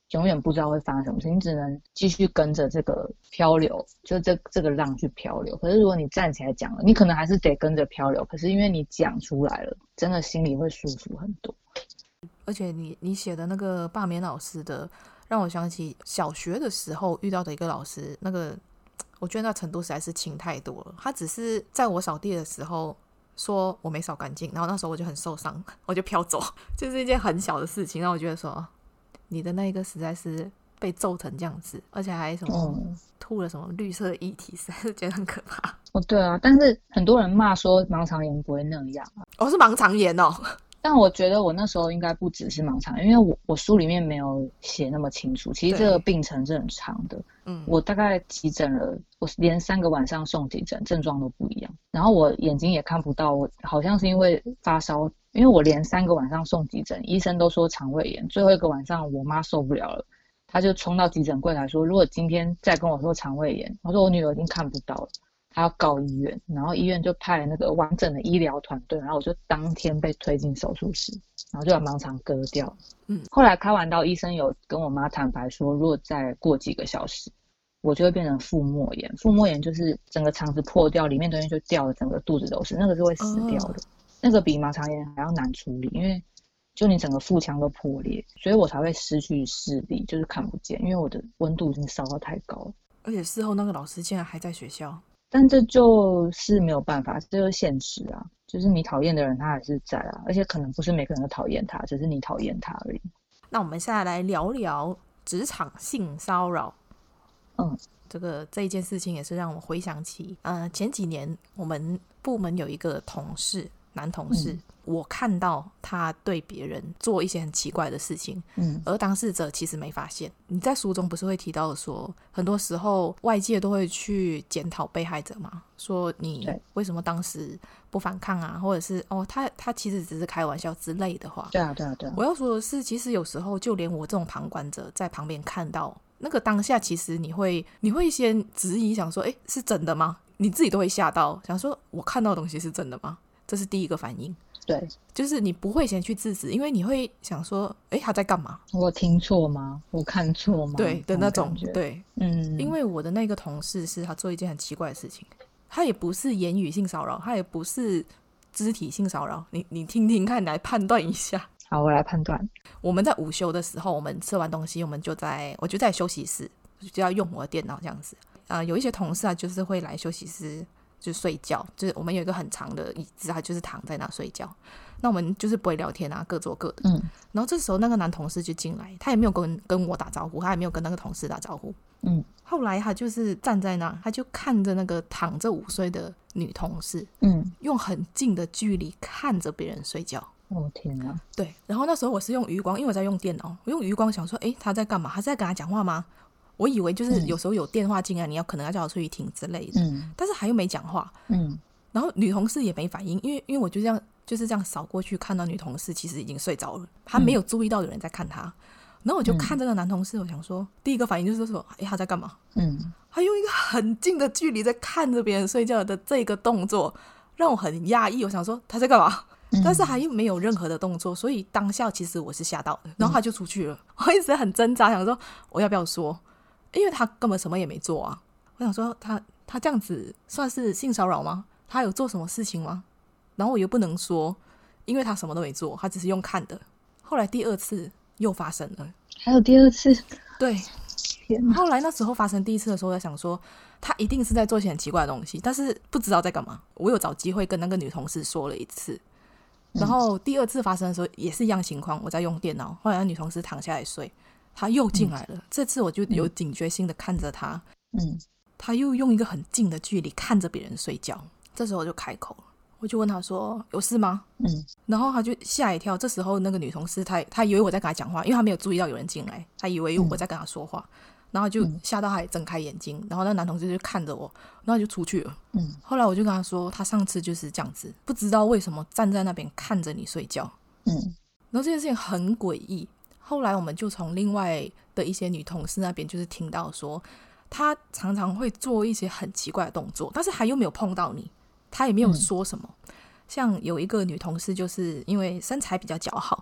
S3: 永远不知道会发生什么事情，你只能继续跟着这个漂流，就这这个浪去漂流。可是如果你站起来讲了，你可能还是得跟着漂流，可是因为你讲出来了，真的心里会舒服很多。
S1: 而且你你写的那个罢免老师的，让我想起小学的时候遇到的一个老师，那个我觉得那程度实在是轻太多了。他只是在我扫地的时候说我没扫干净，然后那时候我就很受伤，我就飘走，就是一件很小的事情，让我觉得说你的那个实在是被揍成这样子，而且还什么、嗯、吐了什么绿色的液体，实在是觉得很可怕。
S3: 哦，对啊，但是很多人骂说盲肠炎不会那样啊。
S1: 哦，是盲肠炎哦。
S3: 但我觉得我那时候应该不只是盲肠炎，因为我我书里面没有写那么清楚。其实这个病程是很长的，嗯，我大概急诊了，我连三个晚上送急诊，症状都不一样。然后我眼睛也看不到，我好像是因为发烧，因为我连三个晚上送急诊，医生都说肠胃炎。最后一个晚上，我妈受不了了，她就冲到急诊柜台说：“如果今天再跟我说肠胃炎，我说我女儿已经看不到了。”他要告医院，然后医院就派了那个完整的医疗团队，然后我就当天被推进手术室，然后就把盲肠割掉。嗯，后来开完刀，医生有跟我妈坦白说，如果再过几个小时，我就会变成腹膜炎。腹膜炎就是整个肠子破掉，里面东西就掉了，整个肚子都是，那个是会死掉的。哦、那个比盲肠炎还要难处理，因为就你整个腹腔都破裂，所以我才会失去视力，就是看不见，因为我的温度已经烧到太高了。
S1: 而且事后那个老师竟然还在学校。
S3: 但这就是没有办法，这就是现实啊，就是你讨厌的人他还是在啊，而且可能不是每个人都讨厌他，只是你讨厌他而已。
S1: 那我们现在来聊聊职场性骚扰。嗯，这个这一件事情也是让我回想起，呃，前几年我们部门有一个同事，男同事、嗯、我看到他对别人做一些很奇怪的事情，嗯，而当事者其实没发现。你在书中不是会提到说，很多时候外界都会去检讨被害者嘛，说你为什么当时不反抗啊，或者是哦，他他其实只是开玩笑之类的话。
S3: 对啊，对啊，对啊。
S1: 我要说的是，其实有时候就连我这种旁观者在旁边看到那个当下，其实你会你会先质疑，想说，诶，是真的吗？你自己都会吓到，想说我看到的东西是真的吗？这是第一个反应。
S3: 对，
S1: 就是你不会先去制止，因为你会想说，诶，他在干嘛？
S3: 我听错吗？我看错吗？
S1: 对的那种，对，
S3: 嗯，
S1: 因为我的那个同事是他做一件很奇怪的事情，他也不是言语性骚扰，他也不是肢体性骚扰，你你听听看，来判断一下。
S3: 好，我来判断。
S1: 我们在午休的时候，我们吃完东西，我们就在我就在休息室，就要用我的电脑这样子。呃，有一些同事啊，就是会来休息室。就睡觉，就是我们有一个很长的椅子，他就是躺在那睡觉。那我们就是不会聊天啊，各做各的。嗯。然后这时候那个男同事就进来，他也没有跟跟我打招呼，他也没有跟那个同事打招呼。嗯。后来他就是站在那，他就看着那个躺着午睡的女同事，嗯，用很近的距离看着别人睡觉。
S3: 哦天啊！
S1: 对。然后那时候我是用余光，因为我在用电脑，我用余光想说，诶，他在干嘛？他是在跟他讲话吗？我以为就是有时候有电话进来，你要可能要叫他出去听之类的，嗯，但是他又没讲话，嗯，然后女同事也没反应，因为因为我就这样就是这样扫过去，看到女同事其实已经睡着了，他没有注意到有人在看他，然后我就看这个男同事，我想说第一个反应就是说，哎，他在干嘛？嗯，他用一个很近的距离在看着别人睡觉的这个动作，让我很压抑，我想说他在干嘛？但是他又没有任何的动作，所以当下其实我是吓到的，然后他就出去了，我一直很挣扎，想说我要不要说。因为他根本什么也没做啊，我想说他他这样子算是性骚扰吗？他有做什么事情吗？然后我又不能说，因为他什么都没做，他只是用看的。后来第二次又发生了，
S3: 还有第二次？
S1: 对，后来那时候发生第一次的时候，我在想说他一定是在做一些很奇怪的东西，但是不知道在干嘛。我有找机会跟那个女同事说了一次，然后第二次发生的时候也是一样情况，我在用电脑，后来那女同事躺下来睡。他又进来了、嗯、这次我就有警觉性的看着他，嗯，他又用一个很近的距离看着别人睡觉。这时候我就开口了，我就问他说有事吗？嗯，然后他就吓一跳。这时候那个女同事她她以为我在跟他讲话，因为她没有注意到有人进来，她以为我在跟他说话、嗯、然后就吓到他也睁开眼睛，然后那男同事就看着我，然后就出去了。嗯，后来我就跟他说他上次就是这样子，不知道为什么站在那边看着你睡觉。嗯，然后这件事情很诡异。后来我们就从另外的一些女同事那边就是听到说她常常会做一些很奇怪的动作，但是还又没有碰到你，她也没有说什么、嗯、像有一个女同事就是因为身材比较姣好，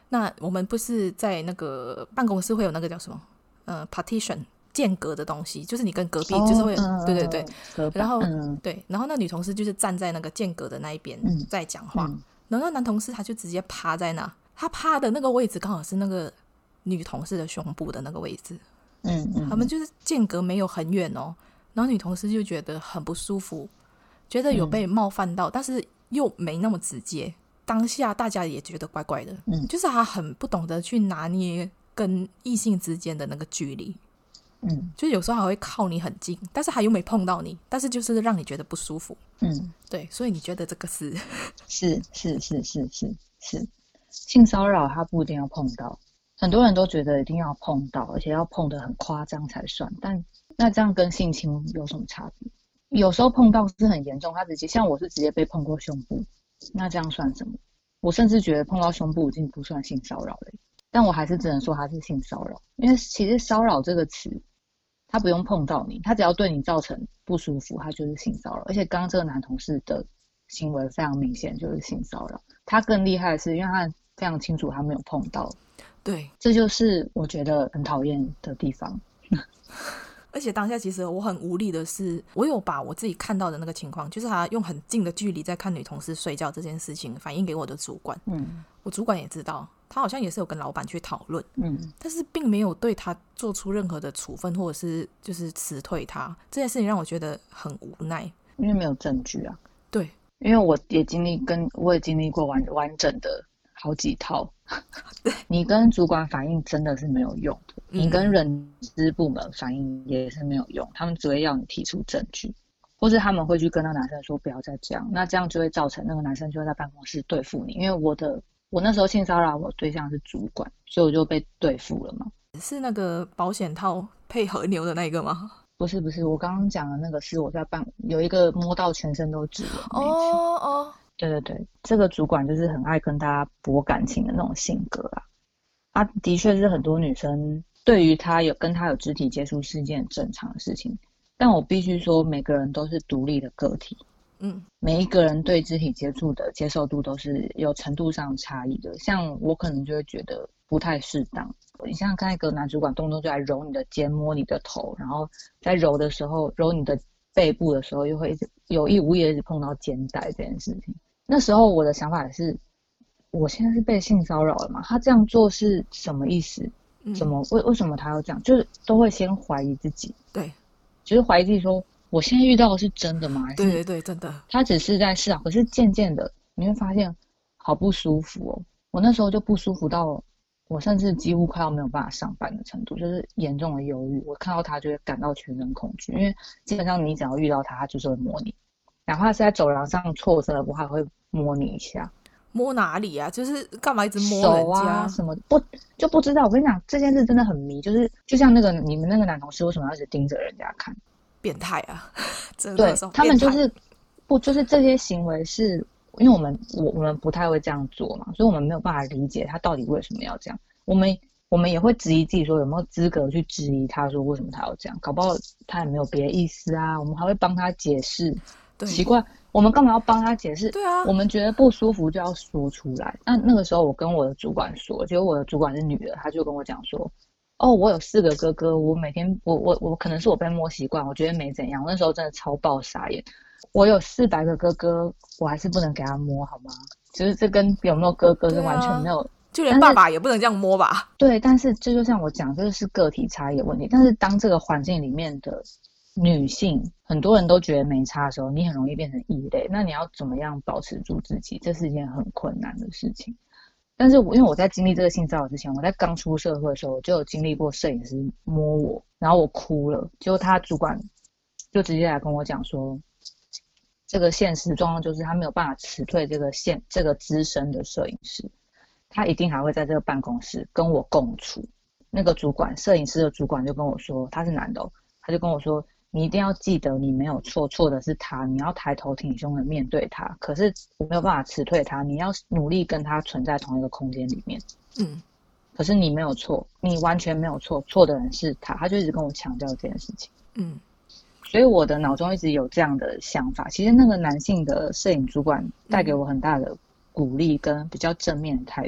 S1: 那我们不是在那个办公室会有那个叫什么呃 partition 间隔的东西，就是你跟隔壁就是会、哦、对对对，然后、嗯、对，然后那女同事就是站在那个间隔的那一边在讲话、嗯、然后那男同事他就直接趴在那，他趴的那个位置刚好是那个女同事的胸部的那个位置，嗯嗯，他们就是间隔没有很远哦，然后女同事就觉得很不舒服，觉得有被冒犯到、嗯、但是又没那么直接，当下大家也觉得怪怪的、嗯、就是他很不懂得去拿捏跟异性之间的那个距离，嗯，就有时候还会靠你很近，但是他又没碰到你，但是就是让你觉得不舒服，嗯，对，所以你觉得这个是
S3: 是是是是是是性骚扰，他不一定要碰到，很多人都觉得一定要碰到，而且要碰得很夸张才算，但那这样跟性侵有什么差别？有时候碰到是很严重，他直接像我是直接被碰过胸部，那这样算什么？我甚至觉得碰到胸部已经不算性骚扰了，但我还是只能说它是性骚扰，因为其实骚扰这个词他不用碰到你，他只要对你造成不舒服，他就是性骚扰。而且刚刚这个男同事的行为非常明显就是性骚扰，他更厉害的是因为他非常清楚他没有碰到，
S1: 对，
S3: 这就是我觉得很讨厌的地方。
S1: 而且当下其实我很无力的是，我有把我自己看到的那个情况，就是他用很近的距离在看女同事睡觉这件事情反映给我的主管，嗯，我主管也知道，他好像也是有跟老板去讨论，嗯，但是并没有对他做出任何的处分或者是就是辞退他，这件事情让我觉得很无奈，
S3: 因为没有证据啊。
S1: 对，
S3: 因为我也经历跟我也经历过完完整的好几套你跟主管反映真的是没有用的，你跟人资部门反映也是没有用，他们只会要你提出证据，或是他们会去跟那个男生说不要再这样，那这样就会造成那个男生就会在办公室对付你。因为我的我那时候性骚扰我对象是主管，所以我就被对付了嘛。
S1: 是那个保险套配和牛的那个吗？
S3: 不是不是，我刚刚讲的那个是我在办有一个摸到全身都指纹那一次。哦哦，对对对，这个主管就是很爱跟大家博感情的那种性格啊。啊，的确是很多女生对于他有跟他有肢体接触是一件很正常的事情，但我必须说每个人都是独立的个体，嗯，每一个人对肢体接触的接受度都是有程度上差异的。像我可能就会觉得不太适当，你像刚才一个男主管动不动就来揉你的肩摸你的头，然后在揉的时候揉你的背部的时候又会一直有意无意的一直碰到肩带这件事情，那时候我的想法是我现在是被性骚扰了嘛？他这样做是什么意思？怎么为为什么他要这样？就是都会先怀疑自己，
S1: 对，
S3: 就是怀疑自己说，我现在遇到的是真的吗？还是
S1: 对对对，真的。
S3: 他只是在试啊，可是渐渐的你会发现好不舒服哦。我那时候就不舒服到我甚至几乎快要没有办法上班的程度，就是严重的忧郁。我看到他就会感到全身恐惧，因为基本上你只要遇到他，他就是会摸你，哪怕是在走廊上错身了，我还会摸你一下。
S1: 摸哪里啊？就是干嘛一直摸人家？
S3: 手啊什么不就不知道。我跟你讲，这件事真的很迷，就是就像那个你们那个男同事为什么要一直盯着人家看？
S1: 变态啊！真
S3: 的对，他们就是不就是这些行为是，因为我们我我们不太会这样做嘛，所以我们没有办法理解他到底为什么要这样。我们我们也会质疑自己说有没有资格去质疑他说为什么他要这样，搞不好他也没有别的意思啊。我们还会帮他解释。奇怪，我们干嘛要帮他解释？
S1: 对啊，
S3: 我们觉得不舒服就要说出来。那那个时候我跟我的主管说，结果我的主管是女的，她就跟我讲说，哦，我有四个哥哥，我每天我我我可能是我被摸习惯，我觉得没怎样。我那时候真的超爆傻眼，我有四百个哥哥，我还是不能给他摸好吗？其实这跟有没有哥哥是完全没有，啊、
S1: 就连爸爸也不能这样摸吧？
S3: 对，但是这就像我讲，这是个体差异的问题。但是当这个环境里面的女性很多人都觉得没差的时候，你很容易变成异类，那你要怎么样保持住自己，这是一件很困难的事情。但是我因为我在经历这个性骚扰之前，我在刚出社会的时候我就有经历过摄影师摸我，然后我哭了，结果他主管就直接来跟我讲说，这个现实状况就是他没有办法辞退这个现这个资深的摄影师，他一定还会在这个办公室跟我共处。那个主管摄影师的主管就跟我说，他是男的、哦、他就跟我说，你一定要记得你没有错，错的是他，你要抬头挺胸的面对他，可是我没有办法辞退他，你要努力跟他存在同一个空间里面。嗯，可是你没有错，你完全没有错，错的人是他，他就一直跟我强调这件事情。嗯，所以我的脑中一直有这样的想法。其实那个男性的摄影主管带给我很大的鼓励跟比较正面的态度，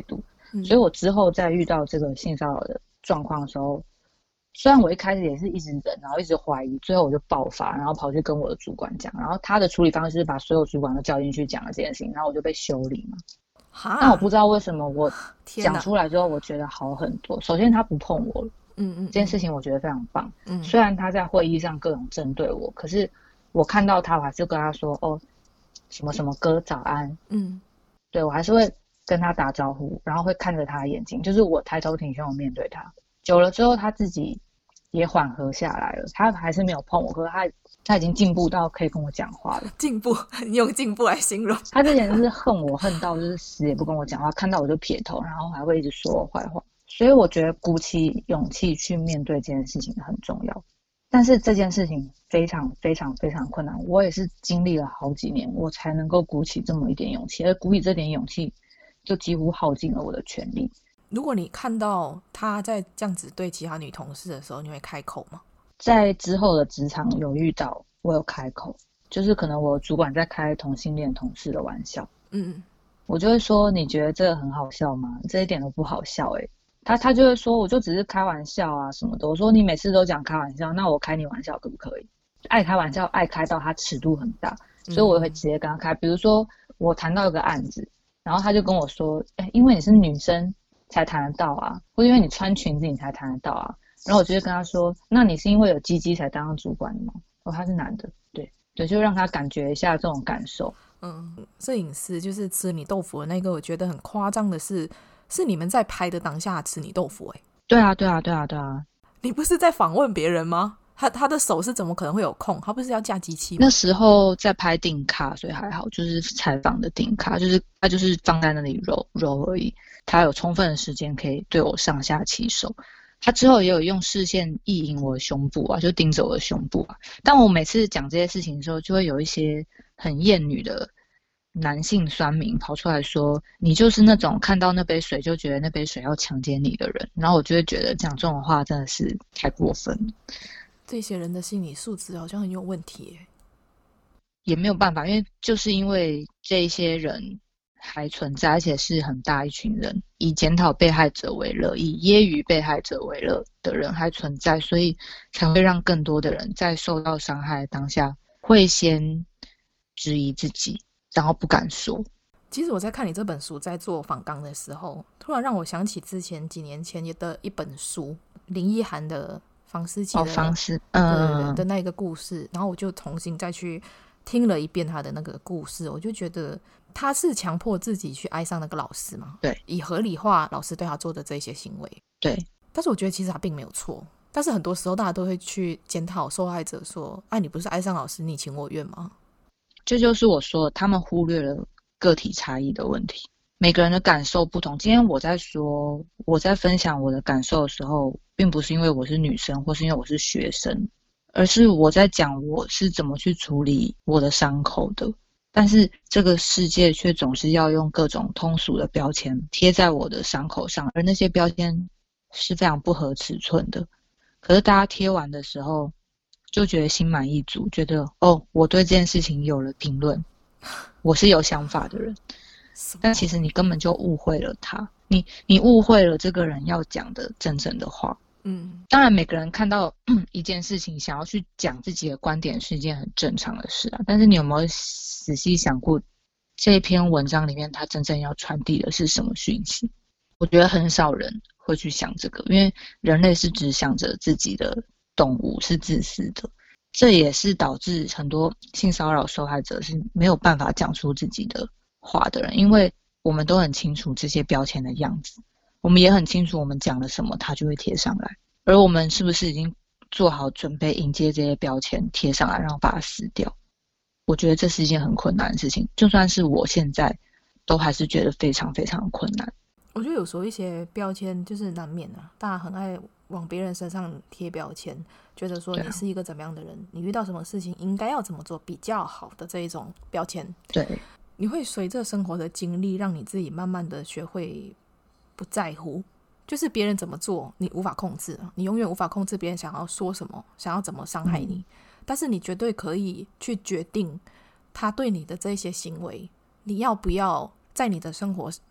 S3: 嗯、所以我之后在遇到这个性骚扰的状况的时候，虽然我一开始也是一直忍，然后一直怀疑，最后我就爆发，然后跑去跟我的主管讲，然后他的处理方式是把所有主管都叫进去讲了这件事情，然后我就被修理嘛。但我不知道为什么我讲出来之后我觉得好很多。首先他不碰我了，嗯嗯，这件事情我觉得非常棒。嗯，虽然他在会议上各种针对我，可是我看到他，我还是跟他说哦，什么什么哥早安，嗯，对，我还是会跟他打招呼，然后会看着他的眼睛，就是我抬头挺胸的面对他。久了之后，他自己也缓和下来了，他还是没有碰我，可是他他已经进步到可以跟我讲话了。
S1: 进步，你用进步来形容。
S3: 他之前是恨我恨到就是死也不跟我讲话，看到我就撇头，然后还会一直说我坏话。所以我觉得鼓起勇气去面对这件事情很重要，但是这件事情非常非常非常困难，我也是经历了好几年我才能够鼓起这么一点勇气，而鼓起这点勇气就几乎耗尽了我的全力。
S1: 如果你看到他在这样子对其他女同事的时候，你会开口吗？
S3: 在之后的职场有遇到，我有开口，就是可能我主管在开同性恋同事的玩笑，嗯，我就会说你觉得这个很好笑吗？这一点都不好笑欸。他他就会说我就只是开玩笑啊什么的。我说你每次都讲开玩笑，那我开你玩笑可不可以？爱开玩笑爱开到他尺度很大，所以我会直接跟他开。比如说我谈到一个案子，然后他就跟我说，欸，因为你是女生才谈得到啊，或者因为你穿裙子你才谈得到啊。然后我就会跟他说，那你是因为有鸡鸡才当主管的吗？哦，他是男的，对对，就让他感觉一下这种感受。
S1: 嗯，摄影师就是吃你豆腐的那个，我觉得很夸张的是，是你们在拍的当下吃你豆腐欸。
S3: 对啊对啊对啊对啊，
S1: 你不是在访问别人吗？他他的手是怎么可能会有空？他不是要架机器吗？
S3: 那时候在拍定卡，所以还好，就是采访的定卡，就是他就是放在那里揉揉而已，他有充分的时间可以对我上下其手。他之后也有用视线意淫我的胸部啊，就盯着我的胸部啊。但我每次讲这些事情的时候，就会有一些很厌女的男性酸民跑出来说，你就是那种看到那杯水就觉得那杯水要强奸你的人。然后我就会觉得讲这种话真的是太过分了。
S1: 这些人的心理素质好像很有问题耶。
S3: 也没有办法，因为就是因为这些人还存在，而且是很大一群人，以检讨被害者为乐，以揶揄被害者为乐的人还存在，所以才会让更多的人在受到伤害的当下会先质疑自己，然后不敢说。
S1: 其实我在看你这本书在做访纲的时候，突然让我想起之前几年前的一本书，林奕含的房思琪的、哦、
S3: 房思嗯
S1: 的那个故事，然后我就重新再去听了一遍他的那个故事，我就觉得他是强迫自己去爱上那个老师嘛，
S3: 对，
S1: 以合理化老师对他做的这些行为，
S3: 对。
S1: 但是我觉得其实他并没有错，但是很多时候大家都会去检讨受害者说，哎、啊，你不是爱上老师你情我愿吗？
S3: 这就是我说他们忽略了个体差异的问题，每个人的感受不同。今天我在说我在分享我的感受的时候，并不是因为我是女生或是因为我是学生，而是我在讲我是怎么去处理我的伤口的。但是这个世界却总是要用各种通俗的标签贴在我的伤口上，而那些标签是非常不合尺寸的。可是大家贴完的时候就觉得心满意足，觉得哦，我对这件事情有了评论，我是有想法的人。但其实你根本就误会了他，你你误会了这个人要讲的真正的话。嗯，当然每个人看到、嗯、一件事情想要去讲自己的观点是一件很正常的事啊。但是你有没有仔细想过这篇文章里面他真正要传递的是什么讯息？我觉得很少人会去想这个，因为人类是只想着自己的动物，是自私的。这也是导致很多性骚扰受害者是没有办法讲出自己的话的人，因为我们都很清楚这些标签的样子，我们也很清楚我们讲了什么它就会贴上来，而我们是不是已经做好准备迎接这些标签贴上来，然后把它撕掉？我觉得这是一件很困难的事情，就算是我现在都还是觉得非常非常困难。
S1: 我觉得有时候一些标签就是难免啊，大家很爱往别人身上贴标签，觉得说你是一个怎么样的人、啊、你遇到什么事情应该要怎么做比较好的这一种标签。
S3: 对，
S1: 你会随着生活的经历让你自己慢慢的学会不在乎，就是别人怎么做你无法控制，你永远无法控制别人想要说什么，想要怎么伤害你、嗯、但是你绝对可以去决定他对你的这些行为你要不要在你的生活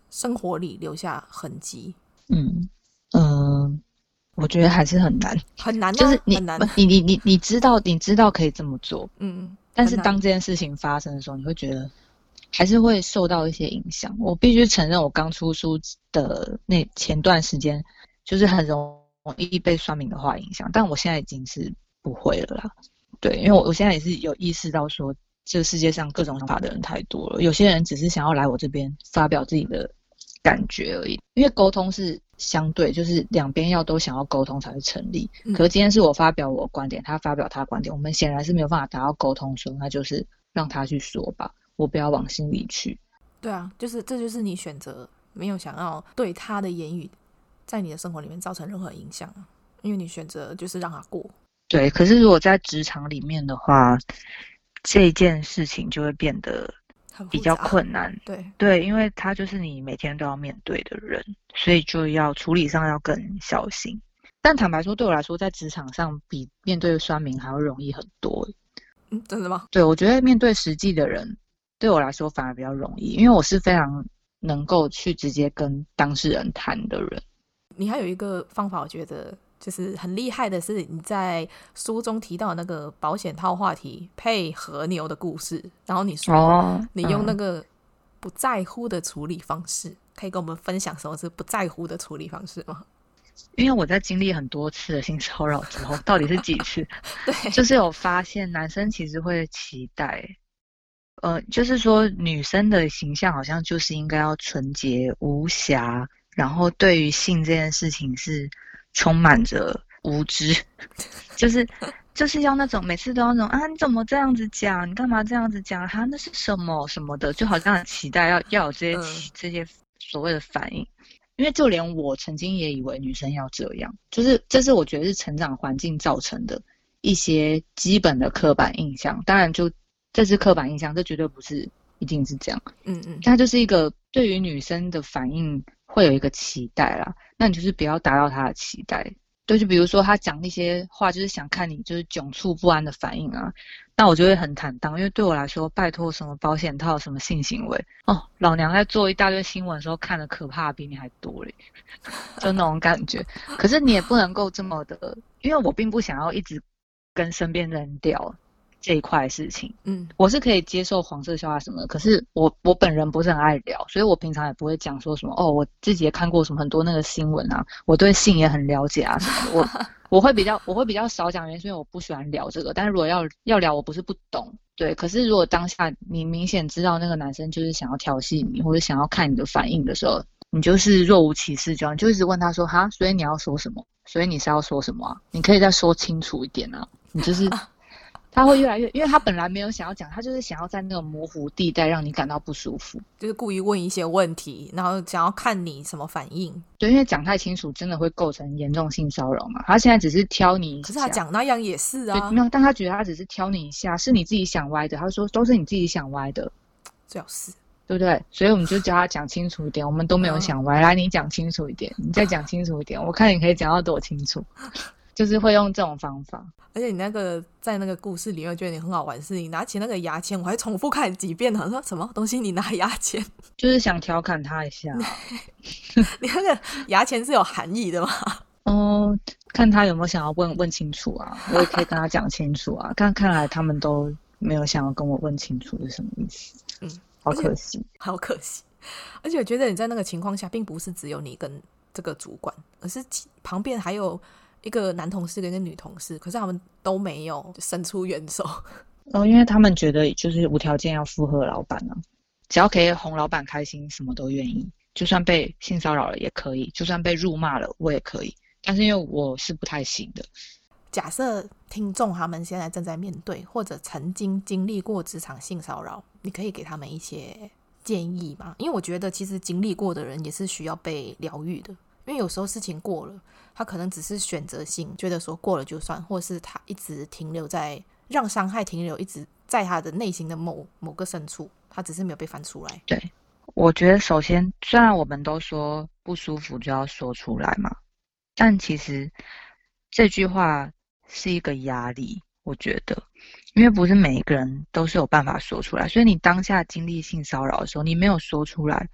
S1: 生活里留下痕迹？
S3: 嗯嗯、呃，我觉得还是很难，
S1: 很难啊，
S3: 就是你
S1: 很难。
S3: 你你你你知道你知道可以这么做，
S1: 嗯，
S3: 但是当这件事情发生的时候，你会觉得还是会受到一些影响。我必须承认，我刚出书的那前段时间，就是很容易被酸民的话影响，但我现在已经是不会了啦。对，因为我我现在也是有意识到说，这个世界上各种想法的人太多了，有些人只是想要来我这边发表自己的感觉而已。因为沟通是相对，就是两边要都想要沟通才会成立。
S1: 嗯、
S3: 可是今天是我发表我的观点，他发表他的观点，我们显然是没有办法达到沟通的时候，那就是让他去说吧，我不要往心里去。
S1: 对啊，就是这就是你选择没有想要对他的言语在你的生活里面造成任何影响，因为你选择就是让他过。
S3: 对，可是如果在职场里面的话，这件事情就会变得比较困难。
S1: 对
S3: 对，因为他就是你每天都要面对的人，所以就要处理上要更小心。但坦白说，对我来说，在职场上比面对酸民还要容易很多。
S1: 嗯，真的吗？
S3: 对，我觉得面对实际的人，对我来说反而比较容易，因为我是非常能够去直接跟当事人谈的人。
S1: 你还有一个方法，我觉得就是很厉害的是，你在书中提到那个保险套话题配和牛的故事，然后你说、哦、你用那个不在乎的处理方式、嗯、可以跟我们分享什么是不在乎的处理方式吗？
S3: 因为我在经历很多次的性骚扰之后，到底是几次
S1: 对，
S3: 就是有发现男生其实会期待呃，就是说女生的形象好像就是应该要纯洁无瑕，然后对于性这件事情是充满着无知，就是就是要那种每次都要那种啊你怎么这样子讲，你干嘛这样子讲啊那是什么什么的，就好像很期待要要有这些、嗯、这些所谓的反应。因为就连我曾经也以为女生要这样，就是这是我觉得是成长环境造成的一些基本的刻板印象，当然就这是刻板印象，这绝对不是一定是这样。
S1: 嗯嗯，
S3: 它就是一个对于女生的反应会有一个期待啦，那你就是不要达到她的期待。对，就比如说他讲一些话，就是想看你就是窘促不安的反应啊，那我就会很坦荡，因为对我来说，拜托什么保险套、什么性行为哦，老娘在做一大堆新闻的时候看的可怕比你还多嘞，就那种感觉。可是你也不能够这么的，因为我并不想要一直跟身边人聊这一块的事情。嗯，我是可以接受黄色笑话什么的，可是我我本人不是很爱聊，所以我平常也不会讲说什么哦，我自己也看过什么很多那个新闻啊，我对性也很了解啊什么的。我我会比较我会比较少讲原因，是因为我不喜欢聊这个。但是如果要要聊，我不是不懂，对。可是如果当下你明显知道那个男生就是想要调戏你，或者想要看你的反应的时候，你就是若无其事，就你就一直问他说哈，所以你要说什么？所以你是要说什么啊？你可以再说清楚一点啊，你就是。他会越来越，因为他本来没有想要讲，他就是想要在那种模糊地带让你感到不舒服，
S1: 就是故意问一些问题，然后想要看你什么反应。
S3: 对，因为讲太清楚真的会构成严重性骚扰嘛。他现在只是挑你一下，
S1: 可是他讲那样也是啊。
S3: 没有，但他觉得他只是挑你一下，是你自己想歪的。他说都是你自己想歪的，
S1: 最好是，
S3: 对不对？所以我们就叫他讲清楚一点，我们都没有想歪，来你讲清楚一点，你再讲清楚一点，我看你可以讲到多清楚。就是会用这种方法。
S1: 而且你那个在那个故事里面，我觉得你很好玩，是你拿起那个牙签，我还重复看几遍，好像什么东西你拿牙签，
S3: 就是想调侃他一下。
S1: 你那个牙签是有含义的吗？
S3: 哦，看他有没有想要问问清楚啊，我也可以跟他讲清楚啊。但看来他们都没有想要跟我问清楚是什么意思。嗯，好可惜，
S1: 好可惜。而且我觉得你在那个情况下，并不是只有你跟这个主管，而是旁边还有一个男同事跟一个女同事，可是他们都没有伸出援手。
S3: 哦，因为他们觉得就是无条件要附和老板啊，只要可以哄老板开心，什么都愿意。就算被性骚扰了也可以，就算被辱骂了我也可以。但是因为我是不太行的。
S1: 假设听众他们现在正在面对，或者曾经经历过职场性骚扰，你可以给他们一些建议吗？因为我觉得其实经历过的人也是需要被疗愈的。因为有时候事情过了，他可能只是选择性觉得说过了就算，或是他一直停留在让伤害停留一直在他的内心的某某个深处，他只是没有被翻出来。
S3: 对，我觉得首先虽然我们都说不舒服就要说出来嘛，但其实这句话是一个压力，我觉得因为不是每一个人都是有办法说出来，所以你当下经历性骚扰的时候你没有说出来，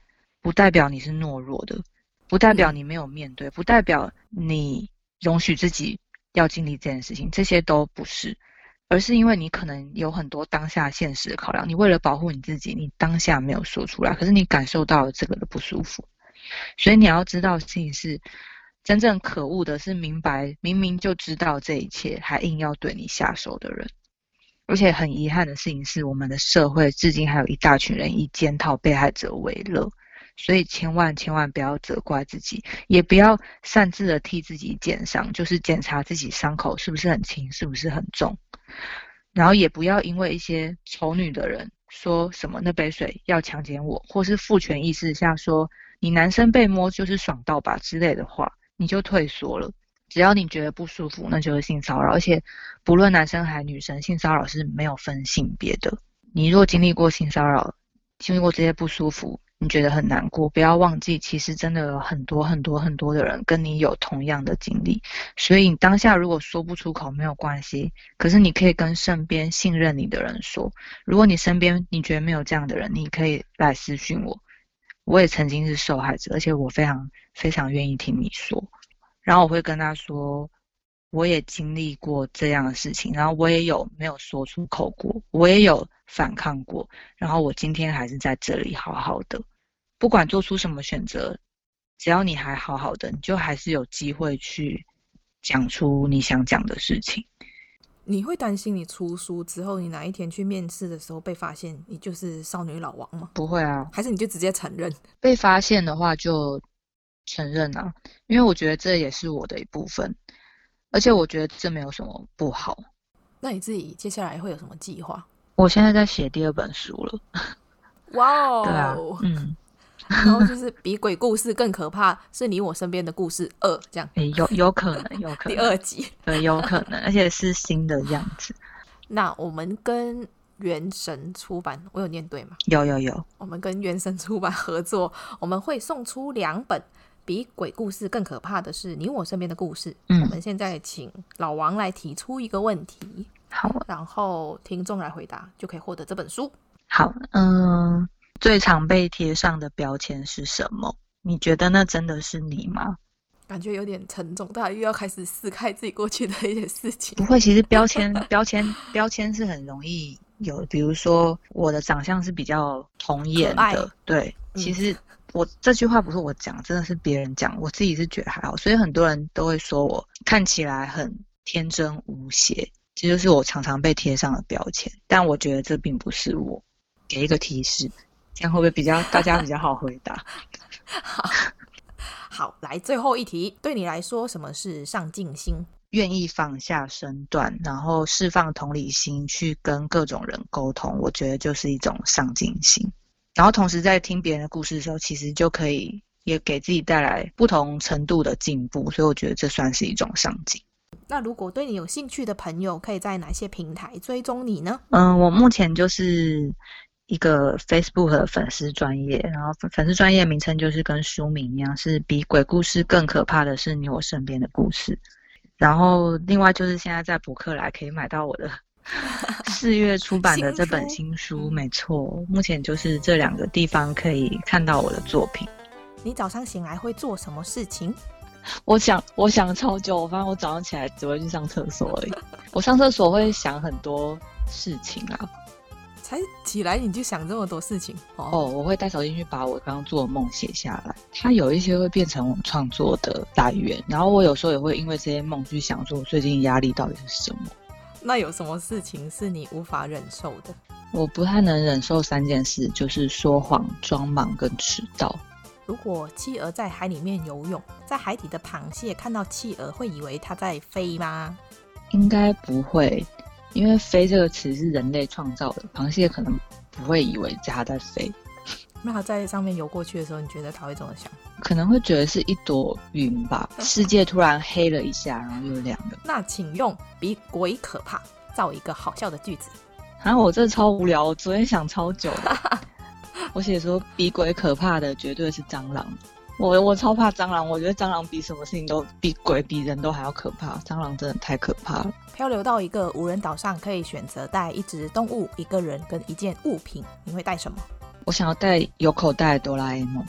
S3: 不代表你是懦弱的，不代表你没有面对，不代表你容许自己要经历这件事情，这些都不是，而是因为你可能有很多当下现实的考量，你为了保护你自己，你当下没有说出来，可是你感受到了这个的不舒服。所以你要知道事情是真正可恶的是明白明明就知道这一切还硬要对你下手的人。而且很遗憾的事情是，我们的社会至今还有一大群人以检讨被害者为乐，所以千万千万不要责怪自己，也不要擅自的替自己检伤，就是检查自己伤口是不是很轻，是不是很重。然后也不要因为一些丑女的人说什么那杯水要强奸我，或是父权意识下说你男生被摸就是爽到吧之类的话，你就退缩了。只要你觉得不舒服，那就是性骚扰，而且不论男生还女生，性骚扰是没有分性别的。你若经历过性骚扰，经历过这些不舒服，你觉得很难过，不要忘记其实真的有很多很多很多的人跟你有同样的经历。所以你当下如果说不出口没有关系，可是你可以跟身边信任你的人说。如果你身边你觉得没有这样的人，你可以来私讯我，我也曾经是受害者，而且我非常非常愿意听你说。然后我会跟他说我也经历过这样的事情，然后我也有没有说出口过，我也有反抗过，然后我今天还是在这里好好的。不管做出什么选择，只要你还好好的，你就还是有机会去讲出你想讲的事情。
S1: 你会担心你出书之后，你哪一天去面试的时候被发现你就是少女老王吗？
S3: 不会啊，
S1: 还是你就直接承认？
S3: 被发现的话就承认啊，因为我觉得这也是我的一部分，而且我觉得这没有什么不好。
S1: 那你自己接下来会有什么计划？
S3: 我现在在写第二本书了。
S1: 哇哦，
S3: 对啊，嗯。
S1: 然后就是比鬼故事更可怕是你我身边的故事二，这样、
S3: 欸、有有可能有可能
S1: 第二集，
S3: 对，有可能，而且是新的样子。
S1: 那我们跟原神出版，我有念对吗？
S3: 有有有，
S1: 我们跟原神出版合作，我们会送出两本比鬼故事更可怕的是你我身边的故事、嗯、我们现在请老王来提出一个问题，
S3: 好，
S1: 然后听众来回答，就可以获得这本书。
S3: 好，嗯，最常被贴上的标签是什么？你觉得那真的是你吗？
S1: 感觉有点沉重，大家又要开始撕开自己过去的一些事情。
S3: 不会，其实标签标签标签是很容易有，比如说我的长相是比较童颜的，对，其实我、嗯、这句话不是我讲，真的是别人讲，我自己是觉得还好，所以很多人都会说我看起来很天真无邪，这就是我常常被贴上的标签，但我觉得这并不是我。给一个提示，这样会不会比较大家比较好回答？
S1: 好，好，来最后一题，对你来说什么是上进心？
S3: 愿意放下身段，然后释放同理心去跟各种人沟通，我觉得就是一种上进心。然后同时在听别人的故事的时候，其实就可以也给自己带来不同程度的进步，所以我觉得这算是一种上进。
S1: 那如果对你有兴趣的朋友，可以在哪些平台追踪你呢？
S3: 嗯，我目前就是一个 Facebook 的粉丝专页，然后粉丝专页名称就是跟书名一样，是比鬼故事更可怕的是你我身边的故事。然后另外就是现在在博客来可以买到我的四月出版的这本新书，没错，目前就是这两个地方可以看到我的作品。
S1: 你早上醒来会做什么事情？
S3: 我想我想超久，我发现我早上起来只会去上厕所而已。我上厕所会想很多事情啊。
S1: 才起来你就想这么多事情？哦，
S3: 哦我会带手机去把我刚刚做的梦写下来，它有一些会变成我创作的来源，然后我有时候也会因为这些梦去想说我最近压力到底是什么。
S1: 那有什么事情是你无法忍受的？
S3: 我不太能忍受三件事，就是说谎、装忙跟迟到。
S1: 如果企鹅在海里面游泳，在海底的螃蟹看到企鹅会以为它在飞吗？
S3: 应该不会，因为飞这个词是人类创造的，螃蟹可能不会以为它在飞。
S1: 那它在上面游过去的时候，你觉得它会怎么想？
S3: 可能会觉得是一朵云吧，世界突然黑了一下，然后又亮了。
S1: 那请用比鬼可怕造一个好笑的句子。
S3: 啊，我这超无聊，我昨天想超久的。我写说比鬼可怕的绝对是蟑螂，我我超怕蟑螂，我觉得蟑螂比什么事情都比鬼比人都还要可怕，蟑螂真的太可怕了。
S1: 漂流到一个无人岛上，可以选择带一只动物、一个人跟一件物品，你会带什么？
S3: 我想要带有口袋的哆啦 A 梦。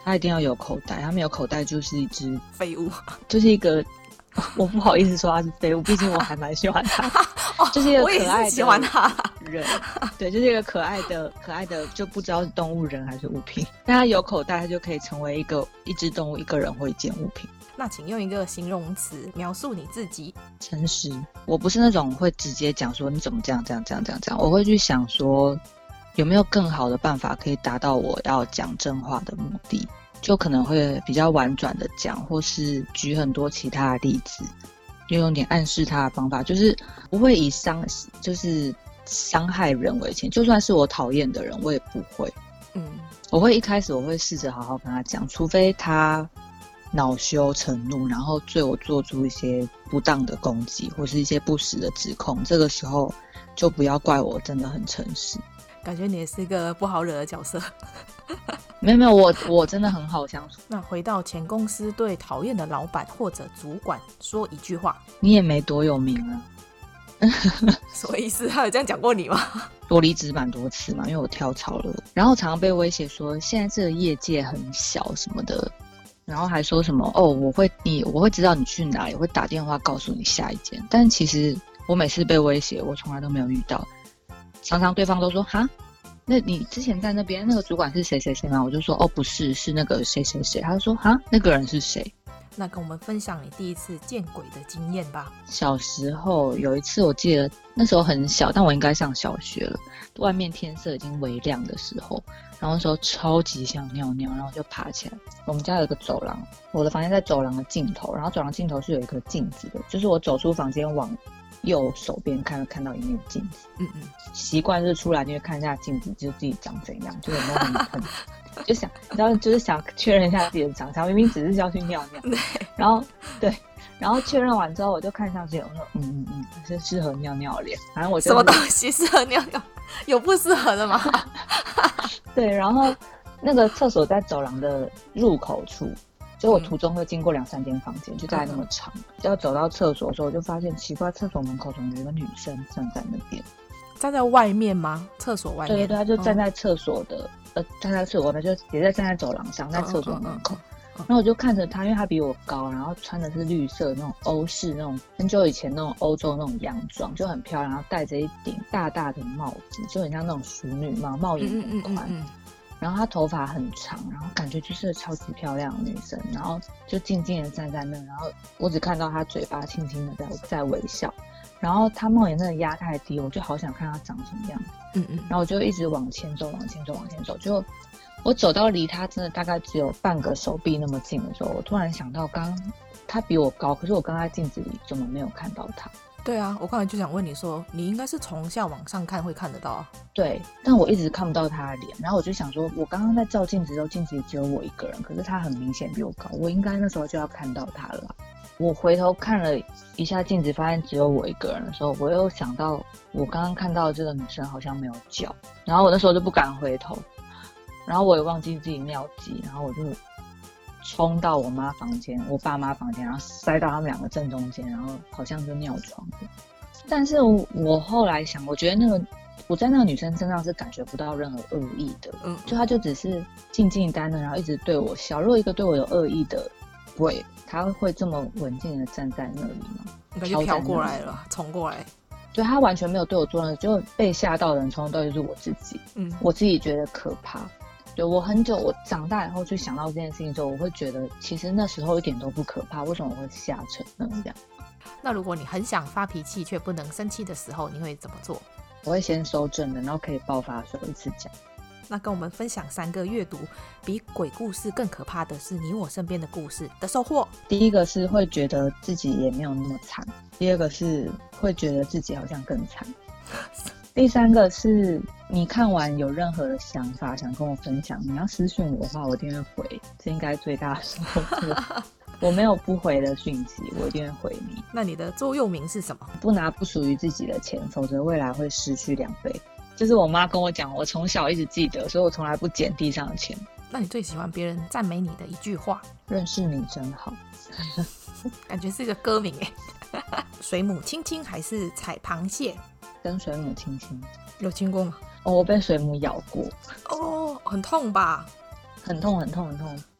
S3: 它一定要有口袋，它没有口袋就是一只
S1: 废物，
S3: 就是一个我不好意思说它是废物，毕竟我还蛮喜欢它
S1: 哦，
S3: 就是一个
S1: 我也
S3: 可爱
S1: 是喜欢它
S3: 的人，对，就是一个可爱的可爱的，就不知道是动物人还是物品。但它有口袋，它就可以成为一个一只动物、一个人或一件物品。
S1: 那请用一个形容词描述你自己。
S3: 诚实，我不是那种会直接讲说你怎么这样这样这样这样这样，我会去想说有没有更好的办法可以达到我要讲真话的目的，就可能会比较婉转的讲，或是举很多其他的例子，就用点暗示他的方法，就是不会以伤就是伤害人为前，就算是我讨厌的人我也不会。
S1: 嗯，
S3: 我会一开始我会试着好好跟他讲，除非他恼羞成怒，然后对我做出一些不当的攻击或是一些不实的指控，这个时候就不要怪我真的很诚实。
S1: 感觉你也是一个不好惹的角色。
S3: 没有没有，我我真的很好相处。
S1: 那回到前公司，对讨厌的老板或者主管说一句话。
S3: 你也没多有名啊。
S1: 什么意思？他有这样讲过你吗？
S3: 我离职蛮多次嘛，因为我跳槽了，然后常常被威胁说现在这个业界很小什么的，然后还说什么哦，我会你我会知道你去哪里，我会打电话告诉你下一间。但其实我每次被威胁，我从来都没有遇到。常常对方都说哈，那你之前在那边那个主管是谁谁谁吗？我就说哦不是，是那个谁谁谁。他就说哈，那个人是谁？
S1: 那跟我们分享你第一次见鬼的经验吧。
S3: 小时候有一次，我记得那时候很小，但我应该上小学了。外面天色已经微亮的时候，然后那时候超级想尿尿，然后就爬起来。我们家有一个走廊，我的房间在走廊的尽头，然后走廊尽头是有一个镜子的，就是我走出房间往右手边看看到一面镜子。嗯嗯，习惯就是出来就会看一下镜子，就自己长怎样，就有没有很很就想，你知道，就是想确认一下自己的长相，明明只是要去尿尿，然后对，然后确认完之后，我就看上去有那种嗯嗯嗯，是适合尿尿的脸。反正我、就是、
S1: 什么东西适合尿尿？有不适合的吗？
S3: 对，然后那个厕所在走廊的入口处，所以我途中会经过两三间房间，就大概那么长。要走到厕所的时候，我就发现奇怪，厕所门口怎么有一个女生站在那边？
S1: 站在外面吗？厕所外面？
S3: 对对对，她就站在厕所的。嗯呃，站在厕所外面，就也在站在走廊上，在厕所门口。嗯嗯嗯嗯、然后我就看着他，因为他比我高，然后穿的是绿色那种欧式那种很久以前那种欧洲那种洋装，就很漂亮，然后戴着一顶大大的帽子，就很像那种淑女帽，帽檐很宽。嗯嗯嗯嗯、然后她头发很长，然后感觉就是个超级漂亮的女生，然后就静静的站在那，然后我只看到她嘴巴轻轻的在在微笑。然后他帽檐真的压太低，我就好想看他长什么样子。嗯嗯。然后我就一直往前走，往前走，往前走。就我走到离他真的大概只有半个手臂那么近的时候，我突然想到，刚刚他比我高，可是我刚在镜子里怎么没有看到他？
S1: 对啊，我刚才就想问你说，你应该是从下往上看会看得到啊。
S3: 对，但我一直看不到他的脸。然后我就想说，我刚刚在照镜子的时候，镜子里只有我一个人，可是他很明显比我高，我应该那时候就要看到他了。我回头看了一下镜子，发现只有我一个人的时候，我又想到我刚刚看到的这个女生好像没有脚，然后我那时候就不敢回头，然后我也忘记自己尿急，然后我就冲到我妈房间、我爸妈房间，然后塞到他们两个正中间，然后好像就尿床了。但是我后来想，我觉得那个我在那个女生身上是感觉不到任何恶意的，嗯，就她就只是静静单的，然后一直对我笑。如果一个对我有恶意的鬼，他会这么稳静的站在那里吗？
S1: 应该就飘过来了，冲过来。
S3: 对，他完全没有对我做任何，就被吓到的人从头到尾就是我自己。嗯，我自己觉得可怕。对，我很久，我长大以后去想到这件事情之后，我会觉得其实那时候一点都不可怕，为什么我会吓成那样？
S1: 那如果你很想发脾气却不能生气的时候，你会怎么做？
S3: 我会先收正的，然后可以爆发的时候一次讲。
S1: 那跟我们分享三个阅读比鬼故事更可怕的是你我身边的故事的收获。
S3: 第一个是会觉得自己也没有那么惨，第二个是会觉得自己好像更惨，第三个是你看完有任何的想法想跟我分享，你要私讯我的话我一定会回，这应该最大的收获。我没有不回的讯息，我一定会回你。
S1: 那你的座右铭是什么？
S3: 不拿不属于自己的钱，否则未来会失去两倍。这是我妈跟我讲，我从小一直记得，所以我从来不捡地上的钱。
S1: 那你最喜欢别人赞美你的一句话？
S3: 认识你真好。
S1: 感觉是一个歌名耶。水母亲亲还是踩螃蟹？
S3: 跟水母亲亲。
S1: 有亲过吗？
S3: 哦，我被水母咬过。
S1: 哦，很痛吧？
S3: 很痛很痛很痛。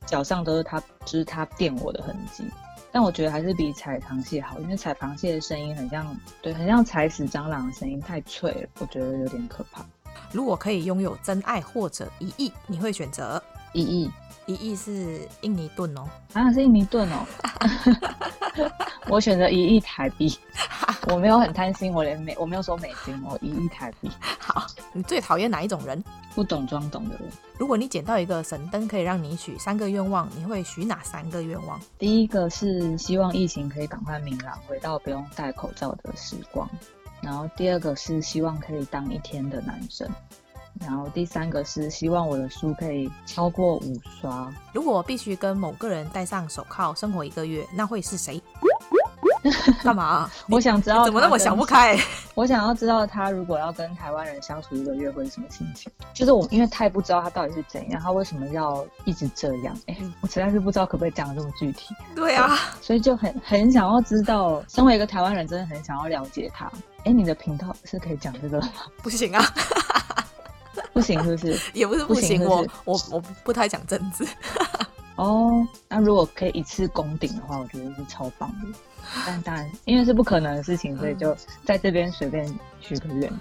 S3: 脚上都是它，就是它电我的痕迹。但我觉得还是比踩螃蟹好，因为踩螃蟹的声音很像，对，很像踩死蟑螂的声音，太脆了，我觉得有点可怕。
S1: 如果可以拥有真爱或者一亿，你会选择？
S3: 一亿，
S1: 一亿是印尼盾哦。
S3: 啊，是印尼盾哦。我选择一亿台币。我没有很贪心，我连美我没有说美金，我一亿台币。
S1: 好，你最讨厌哪一种人？
S3: 不懂装懂的人。
S1: 如果你捡到一个神灯，可以让你许三个愿望，你会许哪三个愿望？
S3: 第一个是希望疫情可以赶快明朗，回到不用戴口罩的时光。然后第二个是希望可以当一天的男生。然后第三个是希望我的书可以超过五刷。
S1: 如果必须跟某个人戴上手铐生活一个月，那会是谁？干嘛、啊？
S3: 我想知道
S1: 怎么那么想不开？
S3: 我想要知道他如果要跟台湾人相处一个月会是什么心情。就是我因为太不知道他到底是怎样，他为什么要一直这样？哎、欸，我实在是不知道可不可以讲得这么具体。
S1: 对啊，
S3: 所以就很很想要知道，身为一个台湾人，真的很想要了解他。哎、欸，你的频道是可以讲这个吗？
S1: 不行啊。
S3: 不行是不是？
S1: 也不是不行，
S3: 不行是不是
S1: 我我我不太讲政治。
S3: 哦，那如果可以一次攻顶的话，我觉得是超棒的。但当然，因为是不可能的事情，所以就在这边随便许个愿。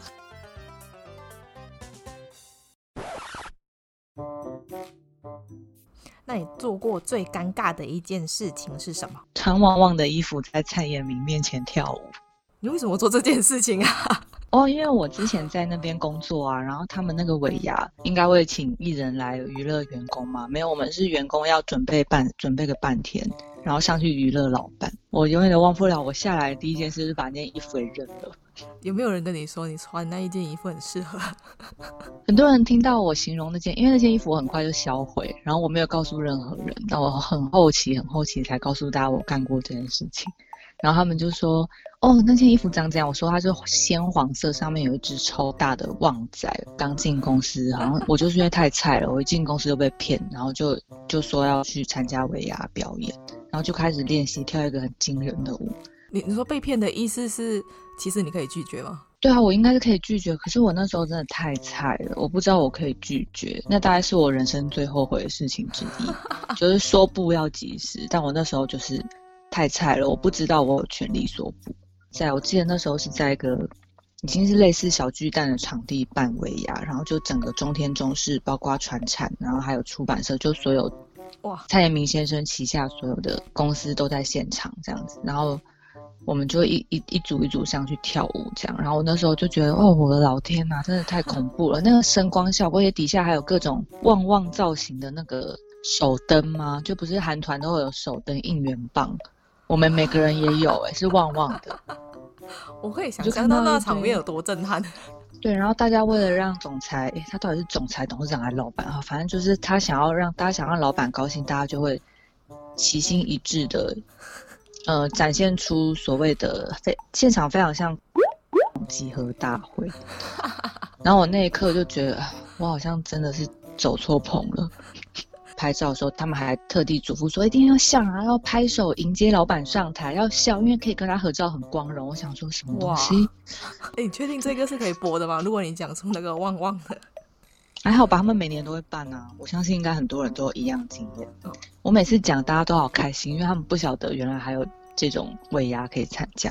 S1: 那你做过最尴尬的一件事情是什么？
S3: 穿旺旺的衣服在蔡衍明面前跳舞。
S1: 你为什么做这件事情啊？
S3: 哦，因为我之前在那边工作啊，然后他们那个尾牙应该会请艺人来娱乐员工嘛，没有，我们是员工要准备半准备个半天，然后上去娱乐老板。我永远都忘不了，我下来的第一件事是把那件衣服给扔了。
S1: 有没有人跟你说你穿那一件衣服很适合？
S3: 很多人听到我形容那件，因为那件衣服我很快就销毁，然后我没有告诉任何人，但我很后期很后期才告诉大家我干过这件事情。然后他们就说，哦，那件衣服长怎样？我说它是鲜黄色，上面有一只超大的旺仔。刚进公司，然后我就是因为太菜了，我一进公司就被骗，然后就就说要去参加尾牙表演，然后就开始练习跳一个很惊人的舞。
S1: 你你说被骗的意思是，其实你可以拒绝吗？
S3: 对啊，我应该是可以拒绝，可是我那时候真的太菜了，我不知道我可以拒绝，那大概是我人生最后悔的事情之一，就是说不要及时，但我那时候就是太菜了，我不知道我有权利说不。在我记得那时候是在一个已经是类似小巨蛋的场地办尾牙，然后就整个中天中视，包括传产，然后还有出版社，就所有哇蔡衍明先生旗下所有的公司都在现场这样子，然后我们就一一一组一组上去跳舞这样，然后我那时候就觉得，哦，我的老天哪，真的太恐怖了！那个声光效果，而且底下还有各种旺旺造型的那个手灯吗？就不是韩团都会有手灯、应援棒，我们每个人也有、欸，是旺旺的。
S1: 我可以想象到那场面有多震撼。
S3: 对，然后大家为了让总裁，诶他到底是总裁、董事长还是老板啊？反正就是他想要让大家想让老板高兴，大家就会齐心一致的。呃，展现出所谓的非现场非常像集合大会，然后我那一刻就觉得，我好像真的是走错棚了。拍照的时候，他们还特地嘱咐说，一定要笑啊，要拍手迎接老板上台，要笑，因为可以跟他合照，很光荣。我想说什么东西？
S1: 哎，你确定这个是可以播的吗？如果你讲出那个旺旺的。
S3: 还好吧，他们每年都会办啊，我相信应该很多人都有一样经验。我每次讲，大家都好开心，因为他们不晓得原来还有这种尾牙可以参加。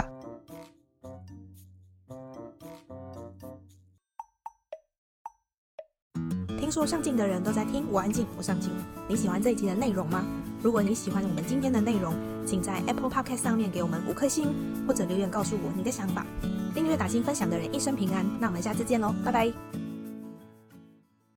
S1: 听说上镜的人都在听，我安静，我上镜。你喜欢这一集的内容吗？如果你喜欢我们今天的内容，请在 Apple Podcast 上面给我们五颗星，或者留言告诉我你的想法。订阅、打星、分享的人一生平安。那我们下次见喽，拜拜。